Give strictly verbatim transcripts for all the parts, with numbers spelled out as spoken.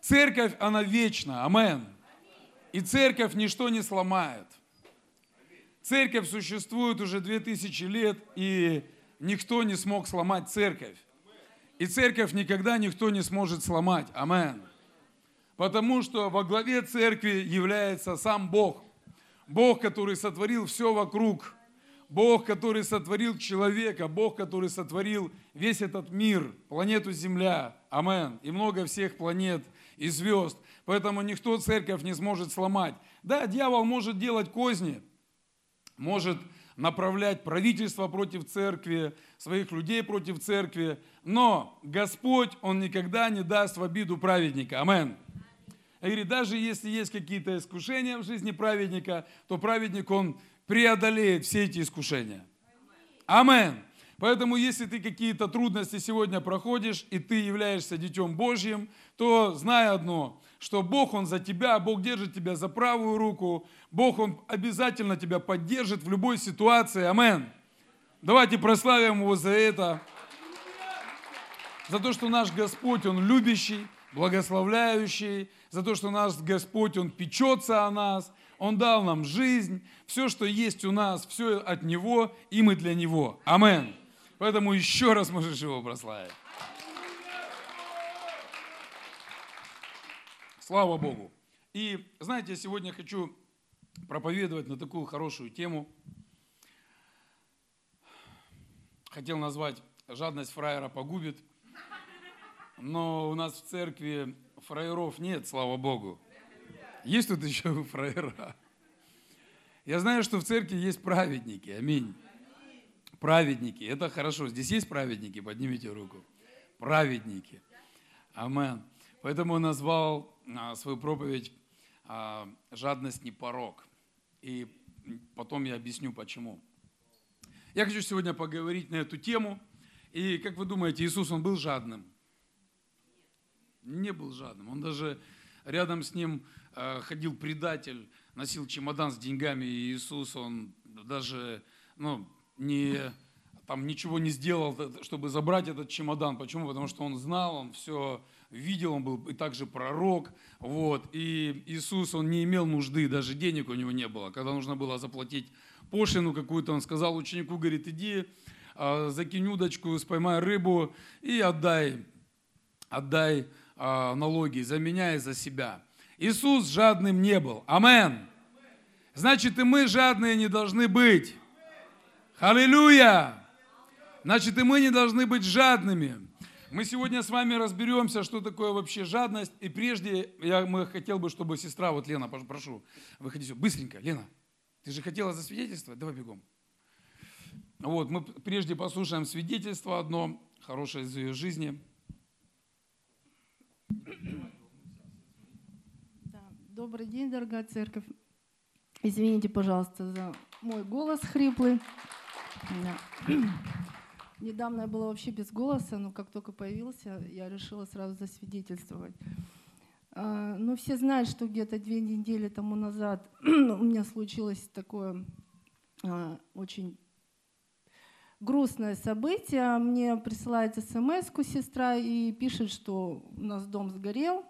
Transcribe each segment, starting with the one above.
Церковь, она вечна. Амен. И церковь ничто не сломает. Церковь существует уже две тысячи лет, и никто не смог сломать церковь. И церковь никогда никто не сможет сломать. Амен. Потому что во главе церкви является сам Бог. Бог, который сотворил все вокруг. Бог, который сотворил человека. Бог, который сотворил весь этот мир, планету Земля. Амен. И много всех планет и звезд. Поэтому никто церковь не сможет сломать. Да, дьявол может делать козни, может направлять правительство против церкви, своих людей против церкви, но Господь, Он никогда не даст в обиду праведника. Амен. И говорит, даже если есть какие-то искушения в жизни праведника, то праведник, он преодолеет все эти искушения. Амен. Поэтому, если ты какие-то трудности сегодня проходишь, и ты являешься Детем Божьим, то знай одно, что Бог, Он за тебя, Бог держит тебя за правую руку, Бог, Он обязательно тебя поддержит в любой ситуации. Амен. Давайте прославим Его за это, за то, что наш Господь, Он любящий, благословляющий, за то, что наш Господь, Он печется о нас, Он дал нам жизнь, все, что есть у нас, все от Него, и мы для Него. Амен. Поэтому еще раз можешь Его прославить. Слава Богу. И знаете, сегодня я хочу проповедовать на такую хорошую тему. Хотел назвать «Жадность фраера погубит», но у нас в церкви фраеров нет, слава Богу. Есть тут еще фраера? Я знаю, что в церкви есть праведники. Аминь. Праведники. Это хорошо. Здесь есть праведники? Поднимите руку. Праведники. Амен. Поэтому я назвал свою проповедь «Жадность не порок». И потом я объясню, почему. Я хочу сегодня поговорить на эту тему. И как вы думаете, Иисус, Он был жадным? Не был жадным. Он даже рядом с Ним ходил предатель, носил чемодан с деньгами. И Иисус, Он даже ну, не, там, ничего не сделал, чтобы забрать этот чемодан. Почему? Потому что Он знал, Он все видел, Он был и также пророк. Вот. И Иисус, Он не имел нужды, даже денег у Него не было. Когда нужно было заплатить пошлину какую-то, Он сказал ученику, говорит, иди, закинь удочку, споймай рыбу и отдай, отдай налоги за меня и за себя. Иисус жадным не был. Амен. Значит, и мы жадные не должны быть. Аллилуйя! Значит, и мы не должны быть жадными. Мы сегодня с вами разберемся, что такое вообще жадность. И прежде я мы хотел бы, чтобы сестра, вот Лена, прошу, выходи сюда. Быстренько, Лена, ты же хотела засвидетельствовать? Давай бегом. Вот, мы прежде послушаем свидетельство одно, хорошее из ее жизни. Да. Добрый день, дорогая церковь. Извините, пожалуйста, за мой голос хриплый. Да. Недавно я была вообще без голоса, но как только появился, я решила сразу засвидетельствовать. Ну, все знают, что где-то две недели тому назад у меня случилось такое очень грустное событие. Мне присылает смс-ку сестра и пишет, что у нас дом сгорел.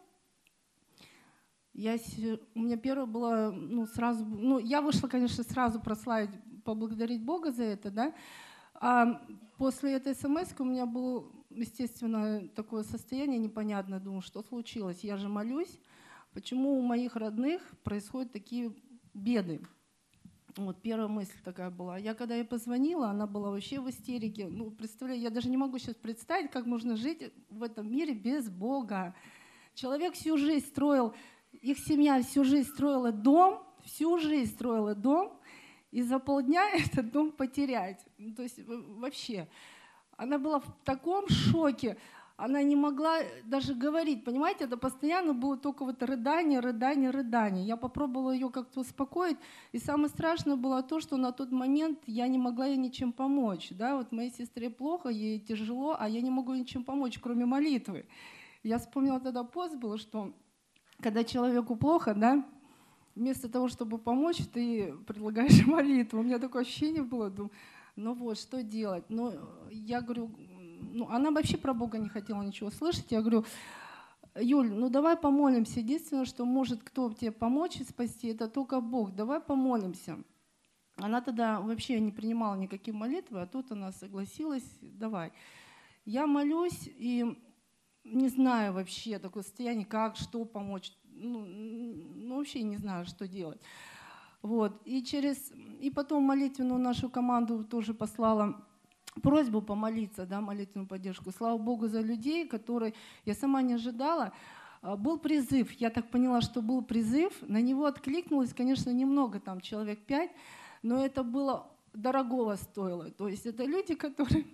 Я, у меня первое было, ну, сразу, ну, я вышла, конечно, сразу прославить, поблагодарить Бога за это, да. А после этой смс-ки у меня было, естественно, такое состояние непонятное. Думаю, что случилось? Я же молюсь. Почему у моих родных происходят такие беды? Вот первая мысль такая была. Я когда ей позвонила, она была вообще в истерике. Ну, представляю, я даже не могу сейчас представить, как можно жить в этом мире без Бога. Человек всю жизнь строил, их семья всю жизнь строила дом, всю жизнь строила дом, и за полдня этот дом потерять. Ну, то есть вообще. Она была в таком шоке, она не могла даже говорить, понимаете, это постоянно было только вот рыдание, рыдание, рыдание. Я попробовала ее как-то успокоить, и самое страшное было то, что на тот момент я не могла ей ничем помочь. Да? Вот моей сестре плохо, ей тяжело, а я не могу ничем помочь, кроме молитвы. Я вспомнила тогда пост был, что когда человеку плохо, да, вместо того, чтобы помочь, ты предлагаешь молитву. У меня такое ощущение было, думаю, ну вот, что делать? Ну, я говорю, ну, она вообще про Бога не хотела ничего слышать. Я говорю, Юль, ну давай помолимся. Единственное, что может кто тебе помочь и спасти, это только Бог. Давай помолимся. Она тогда вообще не принимала никакие молитвы, а тут она согласилась, давай. Я молюсь и не знаю вообще такое состояние, как, что помочь. Ну, ну вообще не знаю, что делать. Вот. И, через, и потом молитвенную нашу команду тоже послала просьбу помолиться, да, молитвенную поддержку. Слава Богу за людей, которые я сама не ожидала. Был призыв, я так поняла, что был призыв, на него откликнулось, конечно, немного, там человек пять, но это было дорогого стоило. То есть это люди, которые...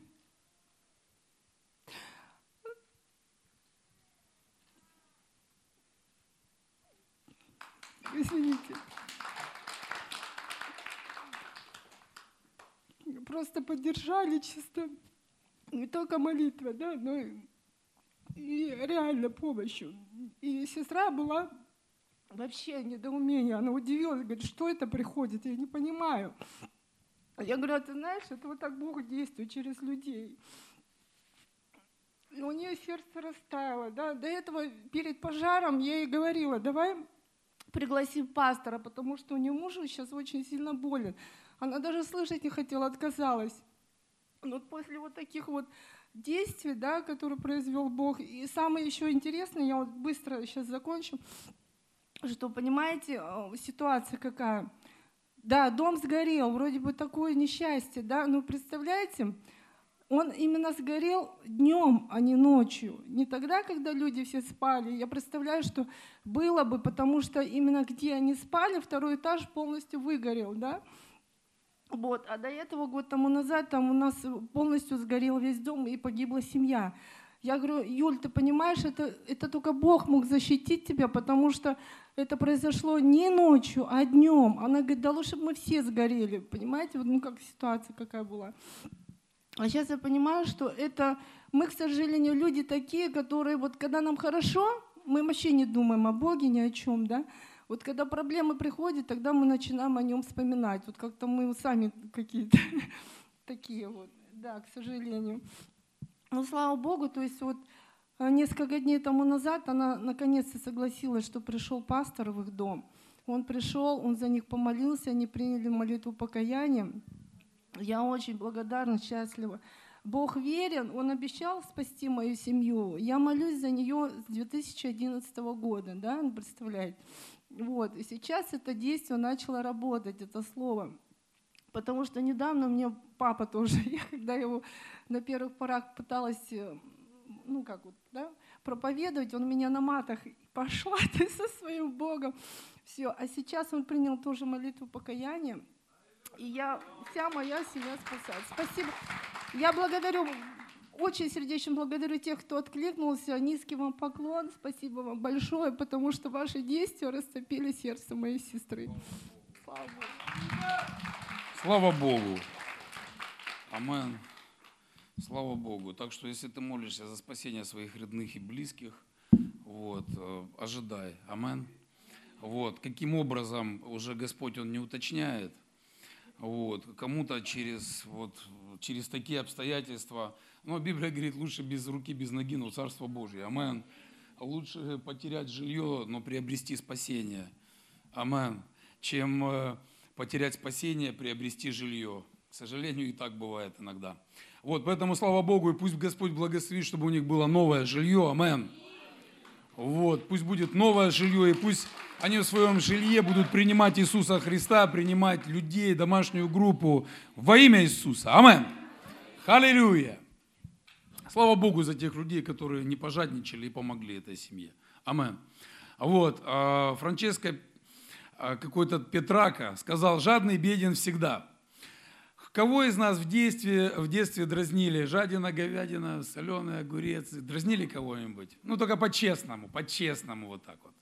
Извините. Просто поддержали чисто, не только молитва, да, но и реально помощью. И сестра была вообще недоумение, она удивилась, говорит, что это приходит, я не понимаю. Я говорю, а ты знаешь, это вот так Бог действует через людей. И у нее сердце растаяло, да. До этого перед пожаром я ей говорила, давай пригласим пастора, потому что у нее муж сейчас очень сильно болен. Она даже слышать не хотела, отказалась. Но после вот таких вот действий, да, которые произвел Бог, и самое еще интересное, я вот быстро сейчас закончу, что, понимаете, ситуация какая. Да, дом сгорел, вроде бы такое несчастье, да, но представляете, он именно сгорел днем, а не ночью. Не тогда, когда люди все спали. Я представляю, что было бы, потому что именно где они спали, второй этаж полностью выгорел, да. Вот. А до этого, год тому назад, там у нас полностью сгорел весь дом и погибла семья. Я говорю, Юль, ты понимаешь, это, это только Бог мог защитить тебя, потому что это произошло не ночью, а днем. Она говорит, да лучше бы мы все сгорели, понимаете, вот, ну как ситуация какая была. А сейчас я понимаю, что это мы, к сожалению, люди такие, которые вот когда нам хорошо, мы вообще не думаем о Боге, ни о чем, да. Вот когда проблемы приходят, тогда мы начинаем о нем вспоминать. Вот как-то мы сами какие-то такие вот, да, к сожалению. Но слава Богу, то есть вот несколько дней тому назад она наконец-то согласилась, что пришел пастор в их дом. Он пришел, он за них помолился, они приняли молитву покаяния. Я очень благодарна, счастлива. Бог верен, Он обещал спасти мою семью. Я молюсь за нее с две тысячи одиннадцатого года, да, представляете? Вот. И сейчас это действие начало работать, это слово. Потому что недавно мне папа тоже, я когда его на первых порах пыталась, ну как вот, да, проповедовать, он меня на матах, пошла ты со своим Богом. Все. А сейчас он принял тоже молитву покаяния, и я, вся моя семья спасается. Спасибо. Я благодарю, очень сердечно благодарю тех, кто откликнулся. Низкий вам поклон, спасибо вам большое, потому что ваши действия растопили сердце моей сестры. Слава Богу. Слава Богу. Амен. Слава Богу. Так что, если ты молишься за спасение своих родных и близких, вот, ожидай. Амен. Вот. Каким образом, уже Господь, Он не уточняет. Вот. Кому-то через, вот, через такие обстоятельства, ну, Библия говорит, лучше без руки, без ноги, но Царство Божье. Амен. Лучше потерять жилье, но приобрести спасение. Амен. Чем потерять спасение, приобрести жилье. К сожалению, и так бывает иногда. Вот, поэтому слава Богу, и пусть Господь благословит, чтобы у них было новое жилье. Амен. Вот, пусть будет новое жилье, и пусть они в своем жилье будут принимать Иисуса Христа, принимать людей, домашнюю группу во имя Иисуса. Амен. Аллилуйя. Слава Богу за тех людей, которые не пожадничали и помогли этой семье. Амен. Вот, Франческо какой-то Петрака сказал, жадный беден всегда. Кого из нас в детстве, в детстве дразнили? Жадина, говядина, соленый огурец. Дразнили кого-нибудь? Ну, только по-честному, по-честному вот так вот.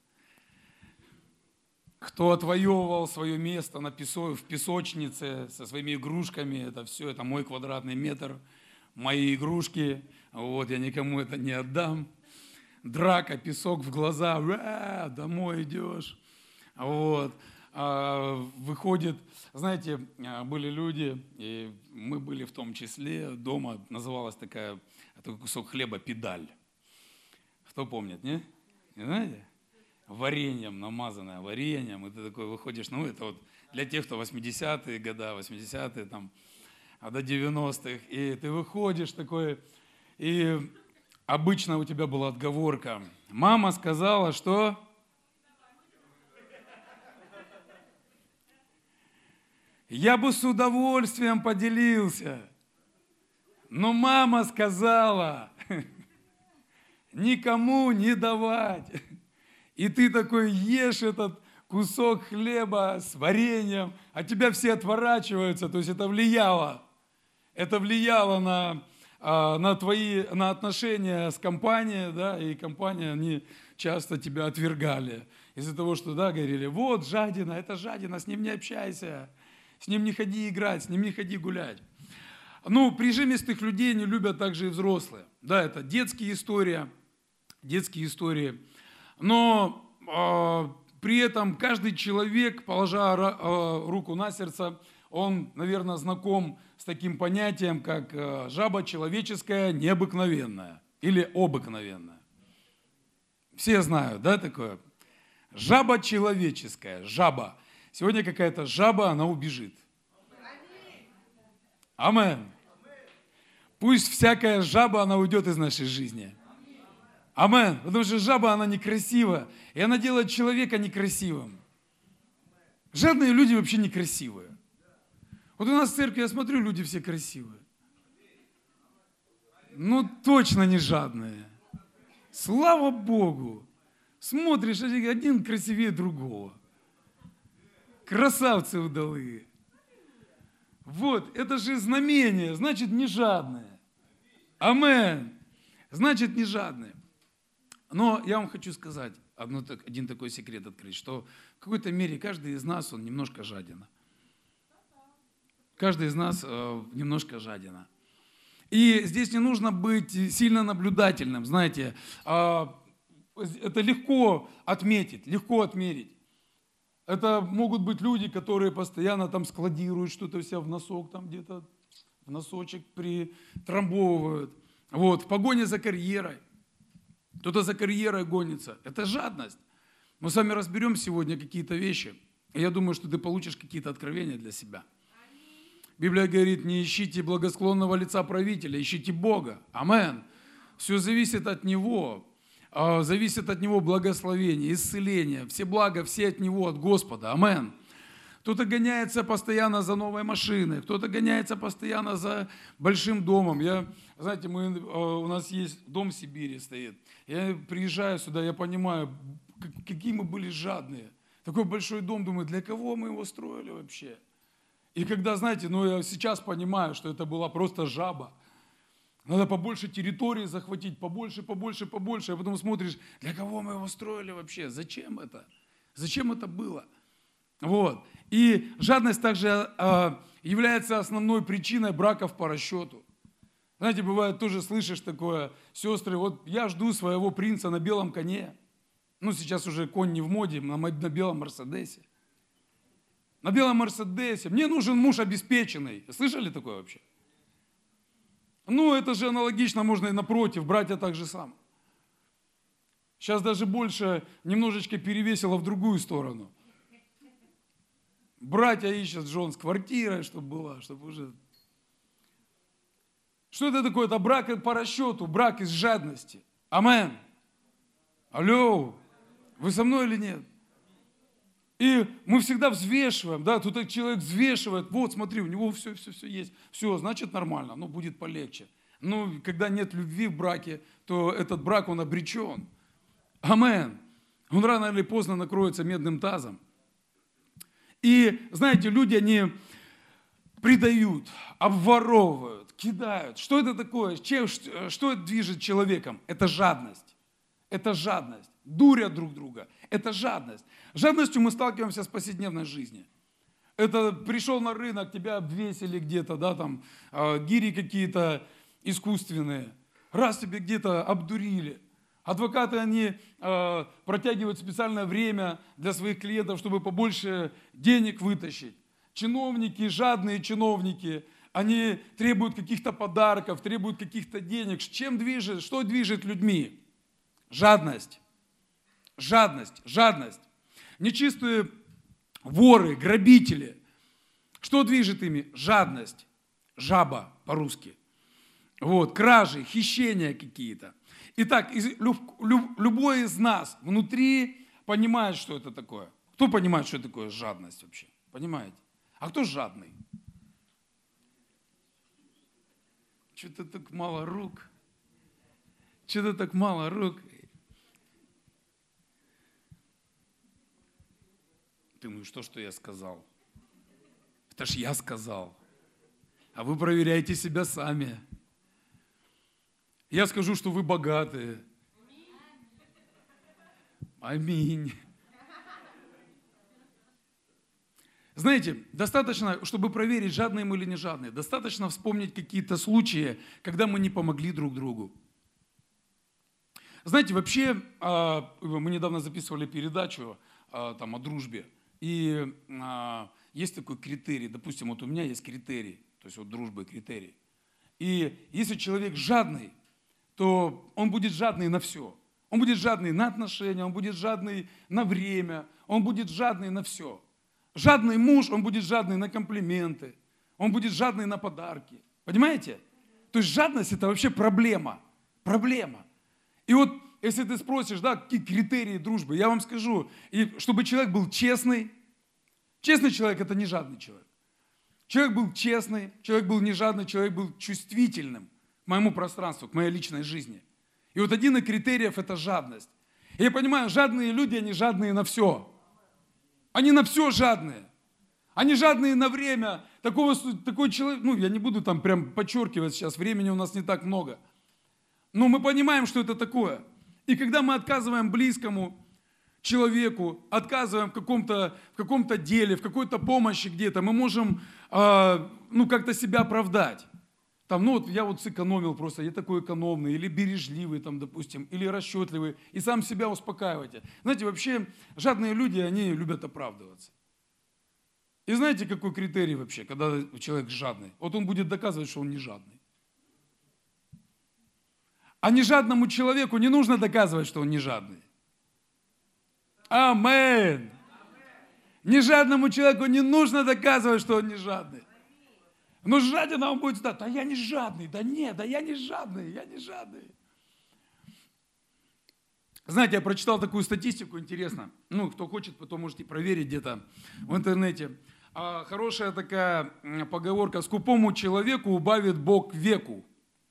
Кто отвоевывал свое место на песо, в песочнице со своими игрушками, это все, это мой квадратный метр, мои игрушки, вот, я никому это не отдам. Драка, песок в глаза, а, домой идешь, вот. Выходит, знаете, были люди, и мы были в том числе, дома называлась такая, такой кусок хлеба педаль. Кто помнит, не? Знаете? Вареньем, намазанное вареньем. И ты такой выходишь, ну это вот для тех, кто восьмидесятые года, восьмидесятые там, а до девяностых. И ты выходишь такой, и обычно у тебя была отговорка. Мама сказала, что... Я бы с удовольствием поделился, но мама сказала никому не давать. И ты такой ешь этот кусок хлеба с вареньем, а тебя все отворачиваются. То есть это влияло. Это влияло на, на твои на отношения с компанией, да, и компания, они часто тебя отвергали. Из-за того, что, да, говорили, вот жадина, это жадина, с ним не общайся. С ним не ходи играть, с ним не ходи гулять. Ну, прижимистых людей не любят также и взрослые. Да, это детские истории, детские истории. Но э, при этом каждый человек, положа э, руку на сердце, он, наверное, знаком с таким понятием, как э, жаба человеческая необыкновенная или обыкновенная. Все знают, да, такое? Жаба человеческая, жаба. Сегодня какая-то жаба, она убежит. Амен. Пусть всякая жаба, она уйдет из нашей жизни. Амен. Потому что жаба, она некрасива. И она делает человека некрасивым. Жадные люди вообще некрасивые. Вот у нас в церкви, я смотрю, люди все красивые. Ну, точно не жадные. Слава Богу. Смотришь, один красивее другого. Красавцы удалые. Вот, это же знамение, значит, не жадные. Амен. Значит, не жадные. Но я вам хочу сказать, одно, один такой секрет открыть, что в какой-то мере каждый из нас, он немножко жаден. Каждый из нас э, немножко жаден. И здесь не нужно быть сильно наблюдательным, знаете, э, это легко отметить, легко отмерить. Это могут быть люди, которые постоянно там складируют что-то у себя в носок, там где-то в носочек притрамбовывают. Вот, в погоне за карьерой. Кто-то за карьерой гонится. Это жадность. Мы с вами разберем сегодня какие-то вещи. И я думаю, что ты получишь какие-то откровения для себя. Библия говорит, не ищите благосклонного лица правителя, ищите Бога. Амен. Все зависит от Него. Зависит от Него благословение, исцеление, все блага, все от Него, от Господа. Амен. Кто-то гоняется постоянно за новой машиной, кто-то гоняется постоянно за большим домом. Я, знаете, мы, у нас есть дом в Сибири стоит. Я приезжаю сюда, я понимаю, какие мы были жадные. Такой большой дом, думаю, для кого мы его строили вообще? И когда, знаете, ну я сейчас понимаю, что это была просто жаба. Надо побольше территории захватить, побольше, побольше, побольше. А потом смотришь, для кого мы его строили вообще? Зачем это? Зачем это было? Вот. И жадность также э, является основной причиной браков по расчету. Знаете, бывает, тоже слышишь такое, сестры, вот я жду своего принца на белом коне. Ну, сейчас уже конь не в моде, на, на белом Мерседесе. На белом Мерседесе. Мне нужен муж обеспеченный. Слышали такое вообще? Ну, это же аналогично, можно и напротив, братья так же самое. Сейчас даже больше немножечко перевесило в другую сторону. Братья ищут жен с квартирой, чтобы была, чтобы уже... Что это такое? Это брак по расчету, брак из жадности. Амен. Алло, вы со мной или нет? И мы всегда взвешиваем, да, тут человек взвешивает, вот смотри, у него все, все, все есть, все, значит нормально, ну будет полегче. Ну, когда нет любви в браке, то этот брак, он обречен. Амен. Он рано или поздно накроется медным тазом. И, знаете, люди, они предают, обворовывают, кидают. Что это такое? Чем, что это движет человеком? Это жадность. Это жадность. Дурят друг друга. Это жадность. С жадностью мы сталкиваемся в повседневной жизни. Это пришел на рынок, тебя обвесили где-то, да, там, э, гири какие-то искусственные. Раз тебе где-то обдурили. Адвокаты, они э, протягивают специальное время для своих клиентов, чтобы побольше денег вытащить. Чиновники, жадные чиновники, они требуют каких-то подарков, требуют каких-то денег. Чем движет, что движет людьми? Жадность. Жадность, жадность. Нечистые воры, грабители. Что движет ими? Жадность. Жаба по-русски. Вот, кражи, хищения какие-то. Итак, любой из нас внутри понимает, что это такое. Кто понимает, что это такое жадность вообще? Понимаете? А кто жадный? Что-то так мало рук. Что-то так мало рук. Думаю, что, что я сказал? Это ж я сказал. А вы проверяйте себя сами. Я скажу, что вы богатые. Аминь. Знаете, достаточно, чтобы проверить, жадные мы или не жадные, достаточно вспомнить какие-то случаи, когда мы не помогли друг другу. Знаете, вообще, мы недавно записывали передачу там, о дружбе, и есть такой критерий, допустим, вот у меня есть критерий, то есть вот дружба и критерий. И если человек жадный, то он будет жадный на все. Он будет жадный на отношения, он будет жадный на время, он будет жадный на все. Жадный муж, он будет жадный на комплименты, он будет жадный на подарки. Понимаете? То есть жадность – это вообще проблема. Проблема. И вот если ты спросишь, да, какие критерии дружбы, я вам скажу, и чтобы человек был честный. Честный человек – это не жадный человек. Человек был честный, человек был не жадный, человек был чувствительным к моему пространству, к моей личной жизни. И вот один из критериев – это жадность. И я понимаю, жадные люди, они жадные на все. Они на все жадные. Они жадные на время. Такого, такой человек, ну, я не буду там прям подчеркивать сейчас, времени у нас не так много. Но мы понимаем, что это такое. И когда мы отказываем близкому человеку, отказываем в каком-то, в каком-то деле, в какой-то помощи где-то, мы можем э, ну, как-то себя оправдать. Там, ну вот я вот сэкономил просто, я такой экономный, или бережливый, там, допустим, или расчетливый, и сам себя успокаиваете. Знаете, вообще жадные люди, они любят оправдываться. И знаете, какой критерий вообще, когда человек жадный? Вот он будет доказывать, что он не жадный. А нежадному человеку не нужно доказывать, что он не жадный. Амен. Нежадному человеку не нужно доказывать, что он не жадный. Но жаден он будет сказать, да я не жадный, да нет, да я не жадный, я не жадный. Знаете, я прочитал такую статистику, интересно. Ну, кто хочет, потом можете проверить где-то в интернете. А, хорошая такая поговорка: скупому человеку убавит Бог веку.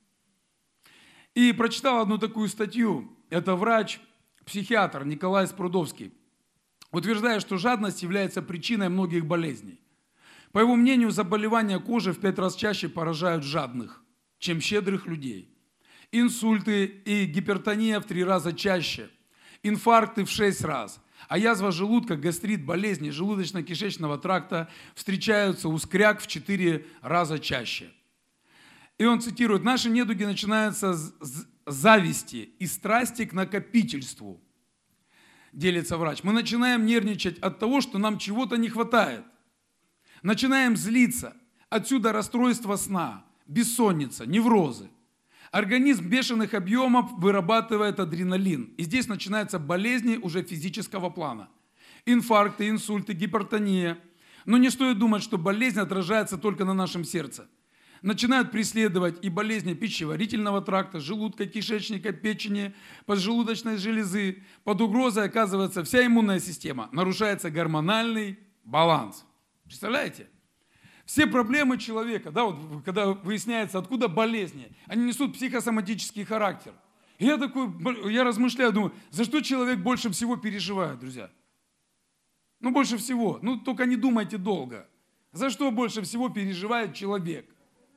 И прочитал одну такую статью. Это врач, психиатр Николай Спрудовский. Утверждает, что жадность является причиной многих болезней. По его мнению, заболевания кожи в пять раз чаще поражают жадных, чем щедрых людей. Инсульты и гипертония в три раза чаще. Инфаркты в шесть раз. А язва желудка, гастрит, болезни желудочно-кишечного тракта встречаются у скряг в четыре раза чаще. И он цитирует: «Наши недуги начинаются с зависти и страсти к накопительству», делится врач. Мы начинаем нервничать от того, что нам чего-то не хватает. Начинаем злиться. Отсюда расстройство сна, бессонница, неврозы. Организм в бешеных объемах вырабатывает адреналин. И здесь начинаются болезни уже физического плана. Инфаркты, инсульты, гипертония. Но не стоит думать, что болезнь отражается только на нашем сердце. Начинают преследовать и болезни пищеварительного тракта, желудка, кишечника, печени, поджелудочной железы. Под угрозой оказывается вся иммунная система. Нарушается гормональный баланс. Представляете? Все проблемы человека, да, вот, когда выясняется, откуда болезни, они несут психосоматический характер. И я такой, я размышляю, думаю, за что человек больше всего переживает, друзья? Ну, больше всего. Ну, только не думайте долго. За что больше всего переживает человек?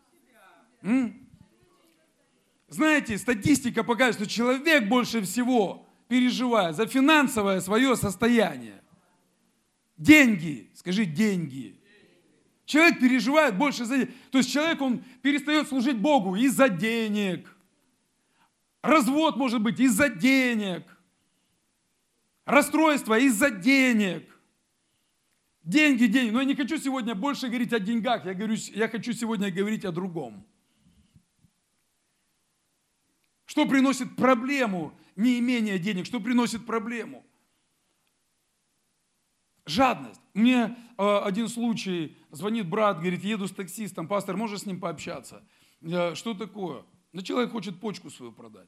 М? Знаете, статистика показывает, что человек больше всего переживает за финансовое свое состояние. Деньги, скажи деньги. Человек переживает больше за деньги. То есть человек, он перестает служить Богу из-за денег. Развод может быть из-за денег. Расстройство из-за денег. Деньги, деньги. Но я не хочу сегодня больше говорить о деньгах. Я, говорю, я хочу сегодня говорить о другом. Что приносит проблему неимение денег? Что приносит проблему? Жадность. Мне э, один случай, звонит брат, говорит, еду с таксистом, пастор, можешь с ним пообщаться? Я, что такое? Да человек хочет почку свою продать.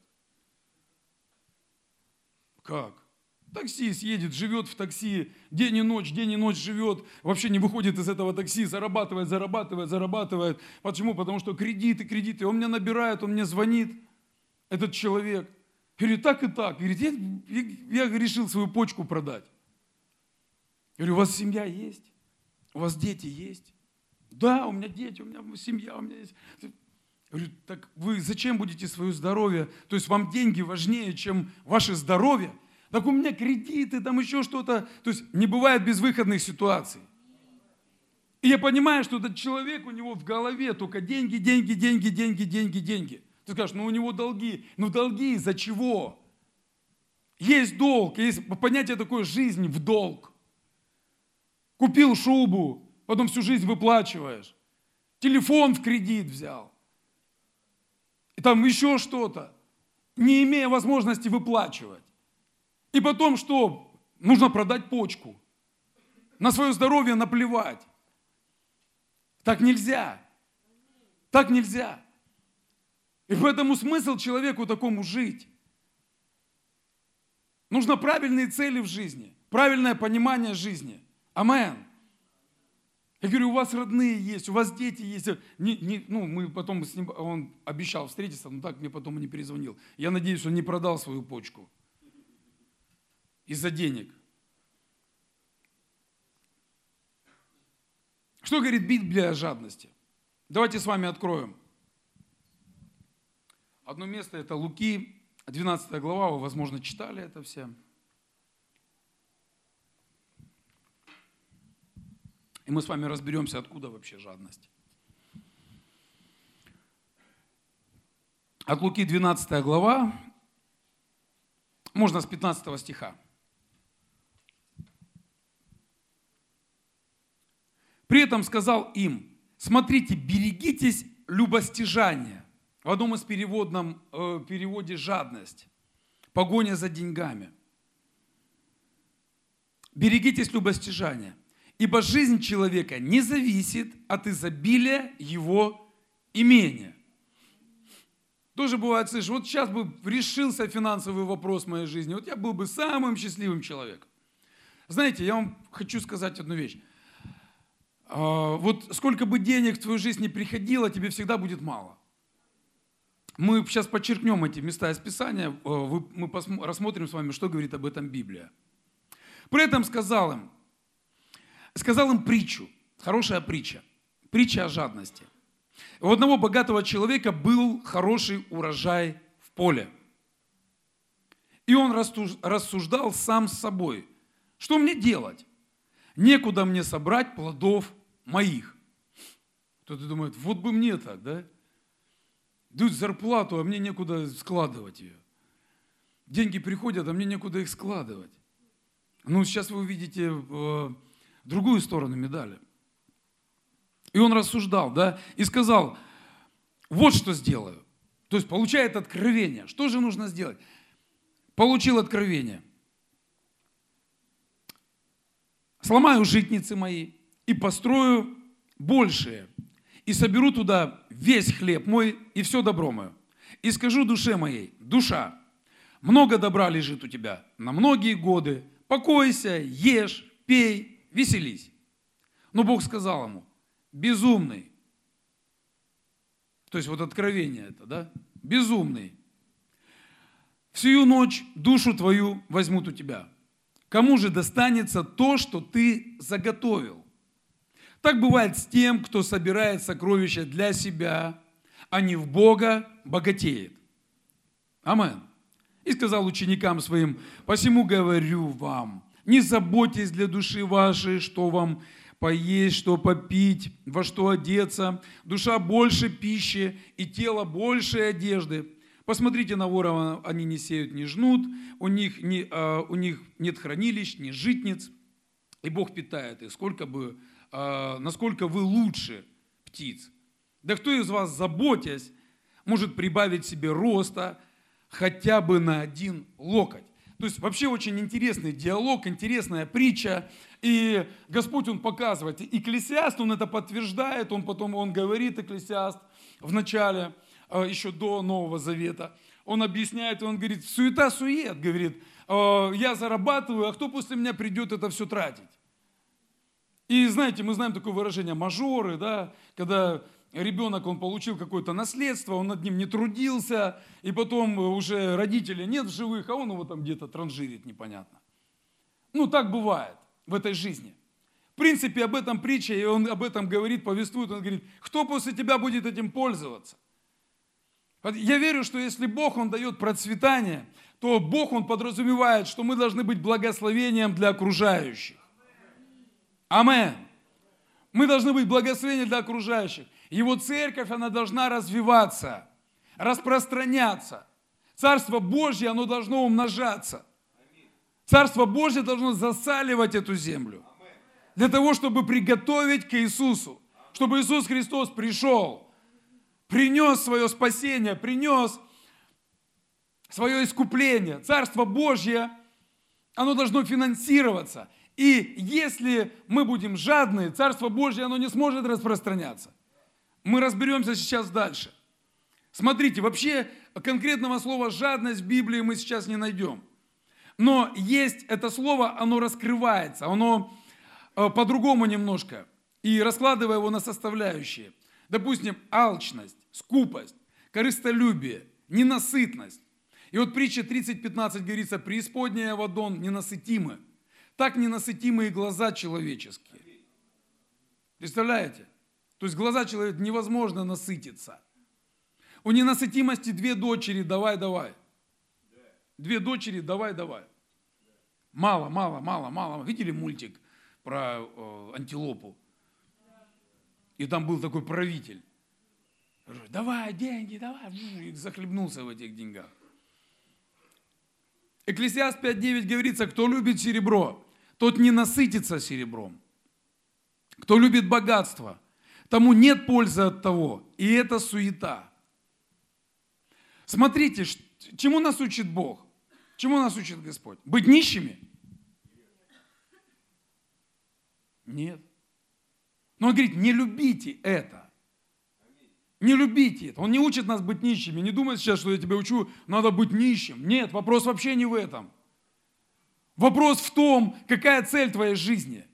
Как? Таксист едет, живет в такси, день и ночь, день и ночь живет, вообще не выходит из этого такси, зарабатывает, зарабатывает, зарабатывает. Почему? Потому что кредиты, кредиты. Он мне набирает, он мне звонит, этот человек. Говорит, так и так. Говорит, я, я, я решил свою почку продать. Я говорю, у вас семья есть? У вас дети есть? Да, у меня дети, у меня семья, у меня есть. Я говорю, так вы зачем будете свое здоровье? То есть вам деньги важнее, чем ваше здоровье? Так у меня кредиты, там еще что-то. То есть не бывает безвыходных ситуаций. И я понимаю, что этот человек, у него в голове только деньги, деньги, деньги, деньги, деньги, деньги. Ты скажешь, ну у него долги. Ну долги из-за чего? Есть долг, есть понятие такое жизнь в долг. Купил шубу, потом всю жизнь выплачиваешь. Телефон в кредит взял. И там еще что-то, не имея возможности выплачивать. И потом что? Нужно продать почку. На свое здоровье наплевать. Так нельзя. Так нельзя. И поэтому смысл человеку такому жить. Нужно правильные цели в жизни, правильное понимание жизни. Амен. Я говорю, у вас родные есть, у вас дети есть. Не, не, ну, мы потом с ним, он обещал встретиться, но так мне потом и не перезвонил. Я надеюсь, он не продал свою почку из-за денег. Что говорит Библия о жадности? Давайте с вами откроем. Одно место, это Луки, двенадцатая глава, вы, возможно, читали это все. И мы с вами разберемся, откуда вообще жадность. От Луки двенадцатая глава, можно с пятнадцатого стиха. При этом сказал им, смотрите, берегитесь любостяжания. В одном из переводном э, переводе жадность, погоня за деньгами. Берегитесь любостяжания. Ибо жизнь человека не зависит от изобилия его имения. Тоже бывает, слышишь, вот сейчас бы решился финансовый вопрос в моей жизни, вот я был бы самым счастливым человеком. Знаете, я вам хочу сказать одну вещь. Вот сколько бы денег в твою жизнь не приходило, тебе всегда будет мало. Мы сейчас подчеркнем эти места из Писания, мы рассмотрим с вами, что говорит об этом Библия. При этом сказал им, сказал им притчу, хорошая притча, притча о жадности. У одного богатого человека был хороший урожай в поле. И он рассуждал сам с собой, что мне делать? Некуда мне собрать плодов моих. Кто-то думает, вот бы мне так, да? Дают зарплату, а мне некуда складывать ее. Деньги приходят, а мне некуда их складывать. Ну, сейчас вы увидите э, другую сторону медали. И он рассуждал, да, и сказал, вот что сделаю. То есть получает откровение. Что же нужно сделать? Получил откровение. Сломаю житницы мои и построю большие. И соберу туда весь хлеб мой и все добро мое. И скажу душе моей, душа, много добра лежит у тебя на многие годы. Покойся, ешь, пей, веселись. Но Бог сказал ему, безумный. То есть вот откровение это, да? Безумный. Всю ночь душу твою возьмут у тебя. Кому же достанется то, что ты заготовил? Так бывает с тем, кто собирает сокровища для себя, а не в Бога богатеет. Амин. И сказал ученикам своим, посему говорю вам, не заботьтесь для души вашей, что вам поесть, что попить, во что одеться. Душа больше пищи и тело больше одежды. Посмотрите на воров, они не сеют, не жнут, у них, не, а, у них нет хранилищ, ни житниц, и Бог питает их, сколько бы, а, насколько вы лучше птиц. Да кто из вас, заботясь, может прибавить себе роста хотя бы на один локоть? То есть вообще очень интересный диалог, интересная притча. И Господь, Он показывает. Экклесиаст, Он это подтверждает, Он потом, Он говорит, Экклесиаст, в начале, еще до Нового Завета. Он объясняет, Он говорит, суета-сует, говорит, я зарабатываю, а кто после меня придет это все тратить? И знаете, мы знаем такое выражение мажоры, да, когда ребенок, он получил какое-то наследство, он над ним не трудился, и потом уже родителей нет в живых, а он его там где-то транжирит непонятно. Ну, так бывает в этой жизни. В принципе, об этом притча, и он об этом говорит, повествует, он говорит, кто после тебя будет этим пользоваться? Я верю, что если Бог, Он дает процветание, то Бог, Он подразумевает, что мы должны быть благословением для окружающих. Амин. Мы должны быть благословением для окружающих. Его церковь, она должна развиваться, распространяться. Царство Божье, оно должно умножаться. Царство Божье должно засаливать эту землю. Для того, чтобы приготовить к Иисусу. Чтобы Иисус Христос пришел, принес свое спасение, принес свое искупление. Царство Божье, оно должно финансироваться. И если мы будем жадны, Царство Божье, оно не сможет распространяться. Мы разберемся сейчас дальше. Смотрите, вообще конкретного слова «жадность» в Библии мы сейчас не найдем. Но есть это слово, оно раскрывается, оно по-другому немножко. И раскладывая его на составляющие. Допустим, алчность, скупость, корыстолюбие, ненасытность. И вот притча тридцать пятнадцать говорится, преисподняя Авадон ненасытимы. Так ненасытимые глаза человеческие. Представляете? То есть глаза человека невозможно насытиться. У ненасытимости две дочери, давай, давай. Две дочери, давай, давай. Мало, мало, мало, мало. Видели мультик про э, антилопу? И там был такой правитель. Давай, деньги, давай. И захлебнулся в этих деньгах. Экклесиаст пять девять говорится, кто любит серебро, тот не насытится серебром. Кто любит богатство, тому нет пользы от того. И это суета. Смотрите, чему нас учит Бог? Чему нас учит Господь? Быть нищими? Нет. Но Он говорит, не любите это. Не любите это. Он не учит нас быть нищими. Не думай сейчас, что я тебя учу, надо быть нищим. Нет, вопрос вообще не в этом. Вопрос в том, какая цель твоей жизни.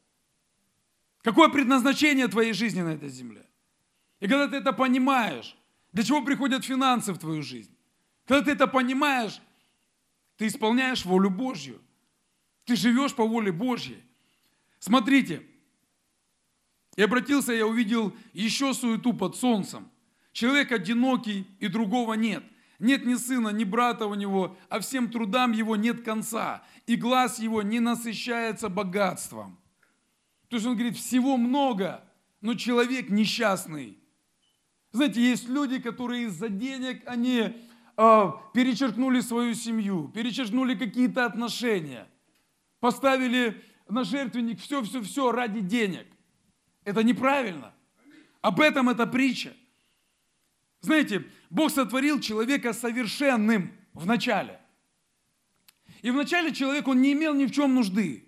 Какое предназначение твоей жизни на этой земле. И когда ты это понимаешь, для чего приходят финансы в твою жизнь? Когда ты это понимаешь, ты исполняешь волю Божью. Ты живешь по воле Божьей. Смотрите. И обратился, я увидел еще суету под солнцем. Человек одинокий, и другого нет. Нет ни сына, ни брата у него, а всем трудам его нет конца. И глаз его не насыщается богатством. То есть он говорит, всего много, но человек несчастный. Знаете, есть люди, которые из-за денег, они э, перечеркнули свою семью, перечеркнули какие-то отношения, поставили на жертвенник все-все-все ради денег. Это неправильно. Об этом эта притча. Знаете, Бог сотворил человека совершенным в начале. И в начале человек, он не имел ни в чем нужды.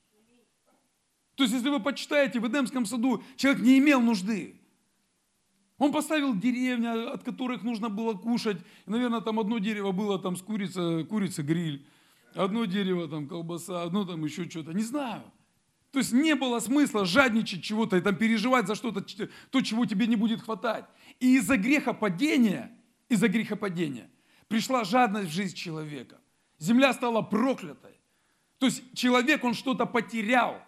То есть, если вы почитаете, в Эдемском саду человек не имел нужды. Он поставил деревни, от которых нужно было кушать. И, наверное, там одно дерево было там с курица, курица гриль, одно дерево там колбаса, одно там еще что-то. Не знаю. То есть не было смысла жадничать чего-то и там переживать за что-то, то, чего тебе не будет хватать. И из-за грехопадения, из-за грехопадения пришла жадность в жизнь человека. Земля стала проклятой. То есть человек, он что-то потерял.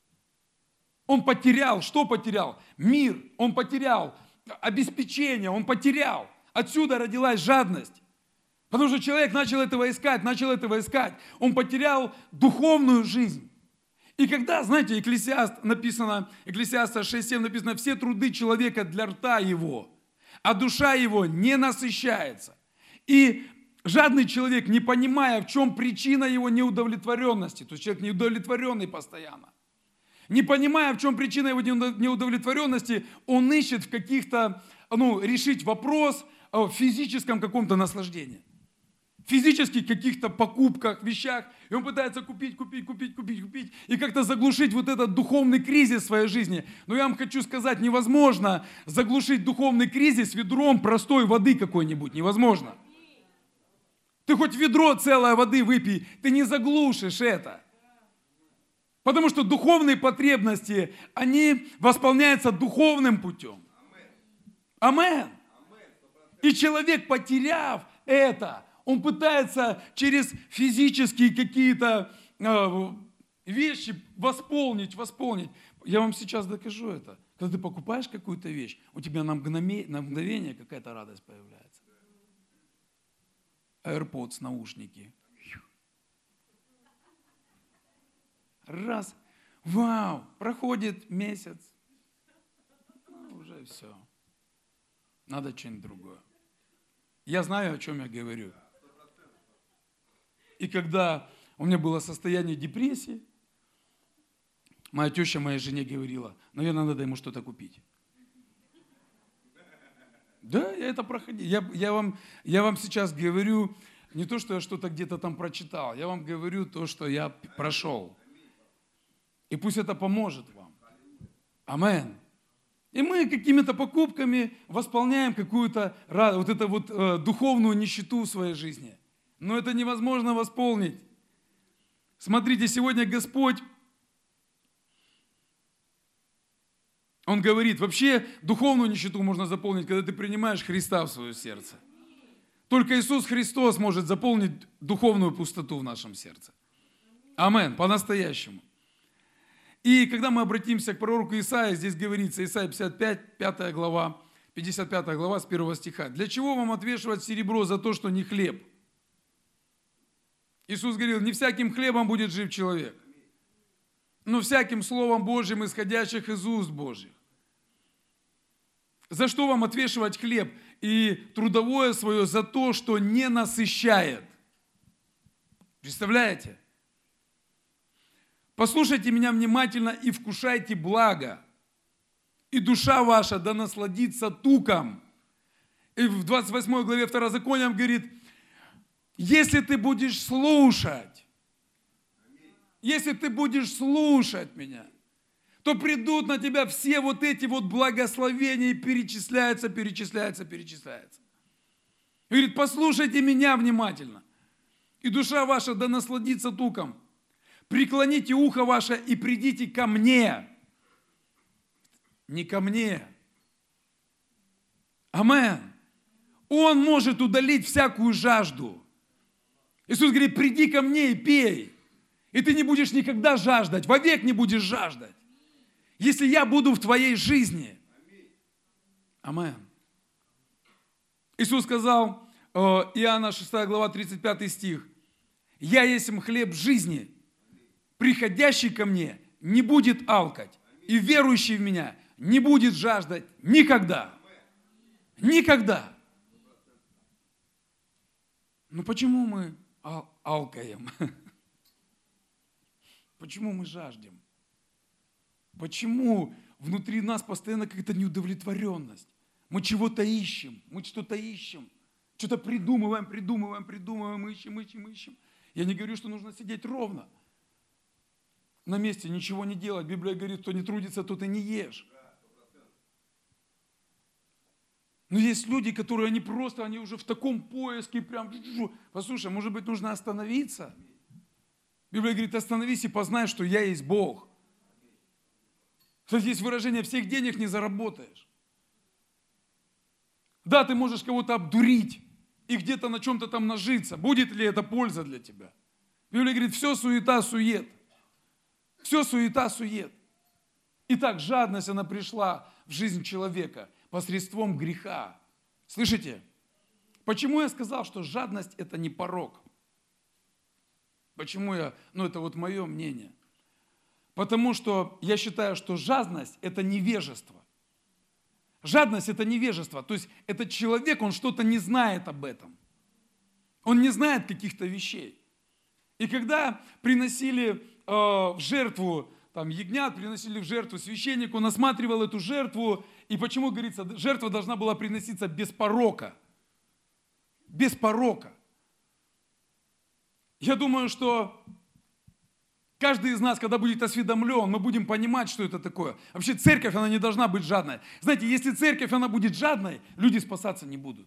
Он потерял, что потерял? Мир, он потерял обеспечение, он потерял. Отсюда родилась жадность. Потому что человек начал этого искать, начал этого искать. Он потерял духовную жизнь. И когда, знаете, Экклесиаст написано, Экклесиаста шесть семь написано, все труды человека для рта его, а душа его не насыщается. И жадный человек, не понимая, в чем причина его неудовлетворенности, то есть человек неудовлетворенный постоянно, не понимая, в чем причина его неудовлетворенности, он ищет в каких-то, ну, решить вопрос в физическом каком-то наслаждении. физических каких-то покупках, вещах, и он пытается купить, купить, купить, купить, купить, и как-то заглушить вот этот духовный кризис в своей жизни. Но я вам хочу сказать, невозможно заглушить духовный кризис ведром простой воды какой-нибудь, невозможно. Ты хоть ведро целой воды выпей, ты не заглушишь это. Потому что духовные потребности, они восполняются духовным путем. Амин. И человек, потеряв это, он пытается через физические какие-то э, вещи восполнить, восполнить. Я вам сейчас докажу это. Когда ты покупаешь какую-то вещь, у тебя на мгновение, на мгновение какая-то радость появляется. AirPods, наушники. Раз. Вау, проходит месяц. Ну, уже все. Надо что-нибудь другое. Я знаю, о чем я говорю. И когда у меня было состояние депрессии, моя теща моей жене говорила, наверное, надо ему что-то купить. Да, я это проходил. Я, я, вам, я вам сейчас говорю не то, что я что-то где-то там прочитал, я вам говорю то, что я прошел. И пусть это поможет вам. Амин. И мы какими-то покупками восполняем какую-то вот эту вот э, духовную нищету в своей жизни. Но это невозможно восполнить. Смотрите, сегодня Господь, Он говорит, вообще духовную нищету можно заполнить, когда ты принимаешь Христа в свое сердце. Только Иисус Христос может заполнить духовную пустоту в нашем сердце. Амин, по-настоящему. И когда мы обратимся к пророку Исаии, здесь говорится, Исаия пятьдесят пять, пятая глава, пятьдесят пятая глава с первого стиха. «Для чего вам отвешивать серебро за то, что не хлеб?» Иисус говорил, не всяким хлебом будет жив человек, но всяким словом Божьим, исходящих из уст Божьих. За что вам отвешивать хлеб и трудовое свое за то, что не насыщает? Представляете? Послушайте меня внимательно и вкушайте благо, и душа ваша да насладится туком. И в двадцать восьмой главе Второзакония говорит, если ты будешь слушать, если ты будешь слушать меня, то придут на тебя все вот эти вот благословения и перечисляются, перечисляются, перечисляются. И говорит, послушайте меня внимательно, и душа ваша да насладится туком. Преклоните ухо ваше и придите ко мне. Не ко мне. Амин. Он может удалить всякую жажду. Иисус говорит, приди ко мне и пей. И ты не будешь никогда жаждать, вовек не будешь жаждать. Если я буду в твоей жизни. Амин. Иисус сказал, Иоанна шестая глава, тридцать пятый стих, «Я есть хлеб жизни, приходящий ко мне не будет алкать, и верующий в меня не будет жаждать никогда». Никогда. Ну почему мы ал- алкаем? Почему мы жаждем? Почему внутри нас постоянно какая-то неудовлетворенность? Мы чего-то ищем, мы что-то ищем, что-то придумываем, придумываем, придумываем, ищем, ищем, ищем. Я не говорю, что нужно сидеть ровно на месте, ничего не делать. Библия говорит, кто не трудится, тот и не ешь. Но есть люди, которые, они просто, они уже в таком поиске, прям, послушай, может быть, нужно остановиться? Библия говорит, остановись и познай, что я есть Бог. Кстати, есть выражение, всех денег не заработаешь. Да, ты можешь кого-то обдурить и где-то на чем-то там нажиться. Будет ли это польза для тебя? Библия говорит, все суета, сует. Все суета, сует. Итак, жадность, она пришла в жизнь человека посредством греха. Слышите? Почему я сказал, что жадность – это не порок? Почему я, ну это вот мое мнение. Потому что я считаю, что жадность – это невежество. Жадность – это невежество. То есть этот человек, он что-то не знает об этом. Он не знает каких-то вещей. И когда приносили э, в жертву, там, ягнят, приносили в жертву, священник, он осматривал эту жертву. И почему, говорится, жертва должна была приноситься без порока. Без порока. Я думаю, что каждый из нас, когда будет осведомлен, мы будем понимать, что это такое. Вообще церковь, она не должна быть жадной. Знаете, если церковь, она будет жадной, люди спасаться не будут.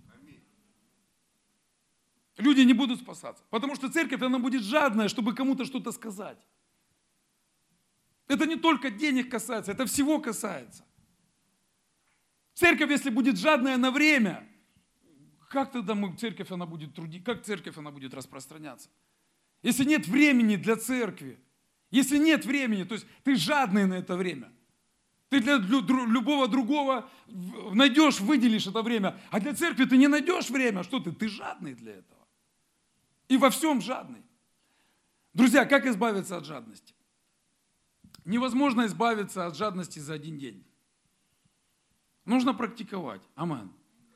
Люди не будут спасаться. Потому что церковь, она будет жадная, чтобы кому-то что-то сказать. Это не только денег касается, это всего касается. Церковь, если будет жадная на время, как тогда мы, церковь, она будет трудиться, как церковь, она будет распространяться? Если нет времени для церкви, если нет времени, то есть ты жадный на это время, ты для любого другого найдешь, выделишь это время, а для церкви ты не найдешь время, что ты? Ты жадный для этого. И во всем жадный. Друзья, как избавиться от жадности? Невозможно избавиться от жадности за один день. Нужно практиковать. Амин.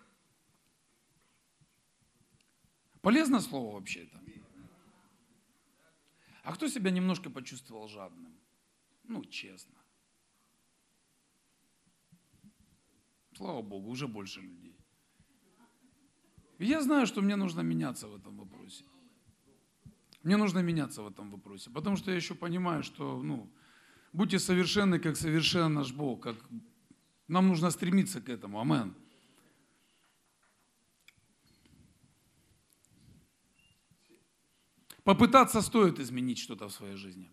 Полезное слово вообще это? А кто себя немножко почувствовал жадным? Ну, честно. Слава Богу, уже больше людей. И я знаю, что мне нужно меняться в этом вопросе. Мне нужно меняться в этом вопросе, потому что я еще понимаю, что, ну, будьте совершенны, как совершен наш Бог, как нам нужно стремиться к этому. Амин. Попытаться стоит изменить что-то в своей жизни.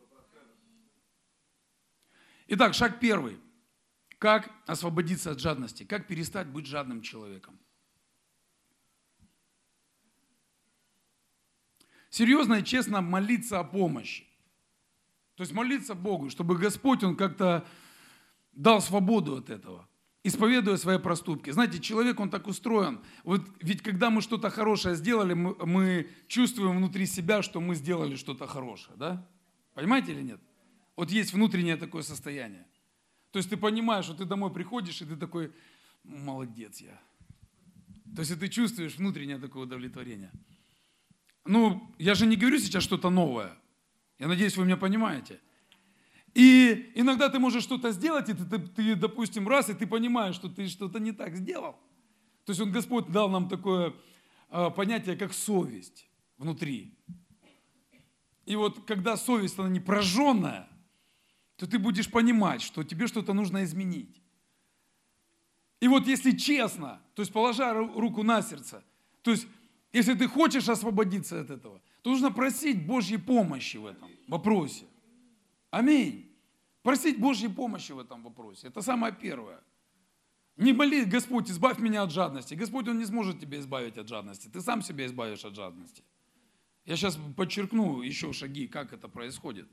Итак, шаг первый. Как освободиться от жадности? Как перестать быть жадным человеком? Серьезно и честно молиться о помощи. То есть молиться Богу, чтобы Господь, Он как-то дал свободу от этого, исповедуя свои проступки. Знаете, человек, он так устроен. Вот ведь когда мы что-то хорошее сделали, мы, мы чувствуем внутри себя, что мы сделали что-то хорошее. Да? Понимаете или нет? Вот есть внутреннее такое состояние. То есть ты понимаешь, что ты домой приходишь, и ты такой, молодец я. То есть и ты чувствуешь внутреннее такое удовлетворение. Ну, я же не говорю сейчас что-то новое. Я надеюсь, вы меня понимаете. И иногда ты можешь что-то сделать, и ты, ты, ты, допустим, раз, и ты понимаешь, что ты что-то не так сделал. То есть он, Господь дал нам такое э, понятие, как совесть внутри. И вот когда совесть, она не прожженная, то ты будешь понимать, что тебе что-то нужно изменить. И вот если честно, то есть положа руку на сердце, то есть если ты хочешь освободиться от этого, то нужно просить Божьей помощи в этом вопросе. Аминь. Просить Божьей помощи в этом вопросе. Это самое первое. Не моли, Господь, избавь меня от жадности. Господь, Он не сможет тебя избавить от жадности. Ты сам себя избавишь от жадности. Я сейчас подчеркну еще шаги, как это происходит.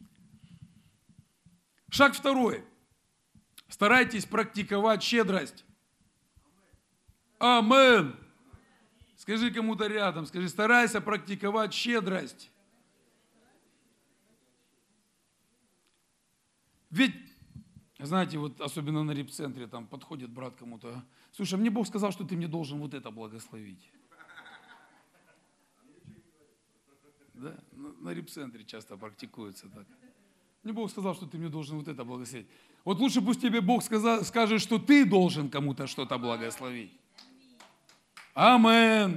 Шаг второй. Старайтесь практиковать щедрость. Аминь. Скажи кому-то рядом, скажи, старайся практиковать щедрость. Ведь, знаете, вот особенно на репцентре, там подходит брат кому-то, слушай, мне Бог сказал, что ты мне должен вот это благословить. Да? На репцентре часто практикуется так. Мне Бог сказал, что ты мне должен вот это благословить. Вот лучше пусть тебе Бог сказал, скажет, что ты должен кому-то что-то благословить. Аминь.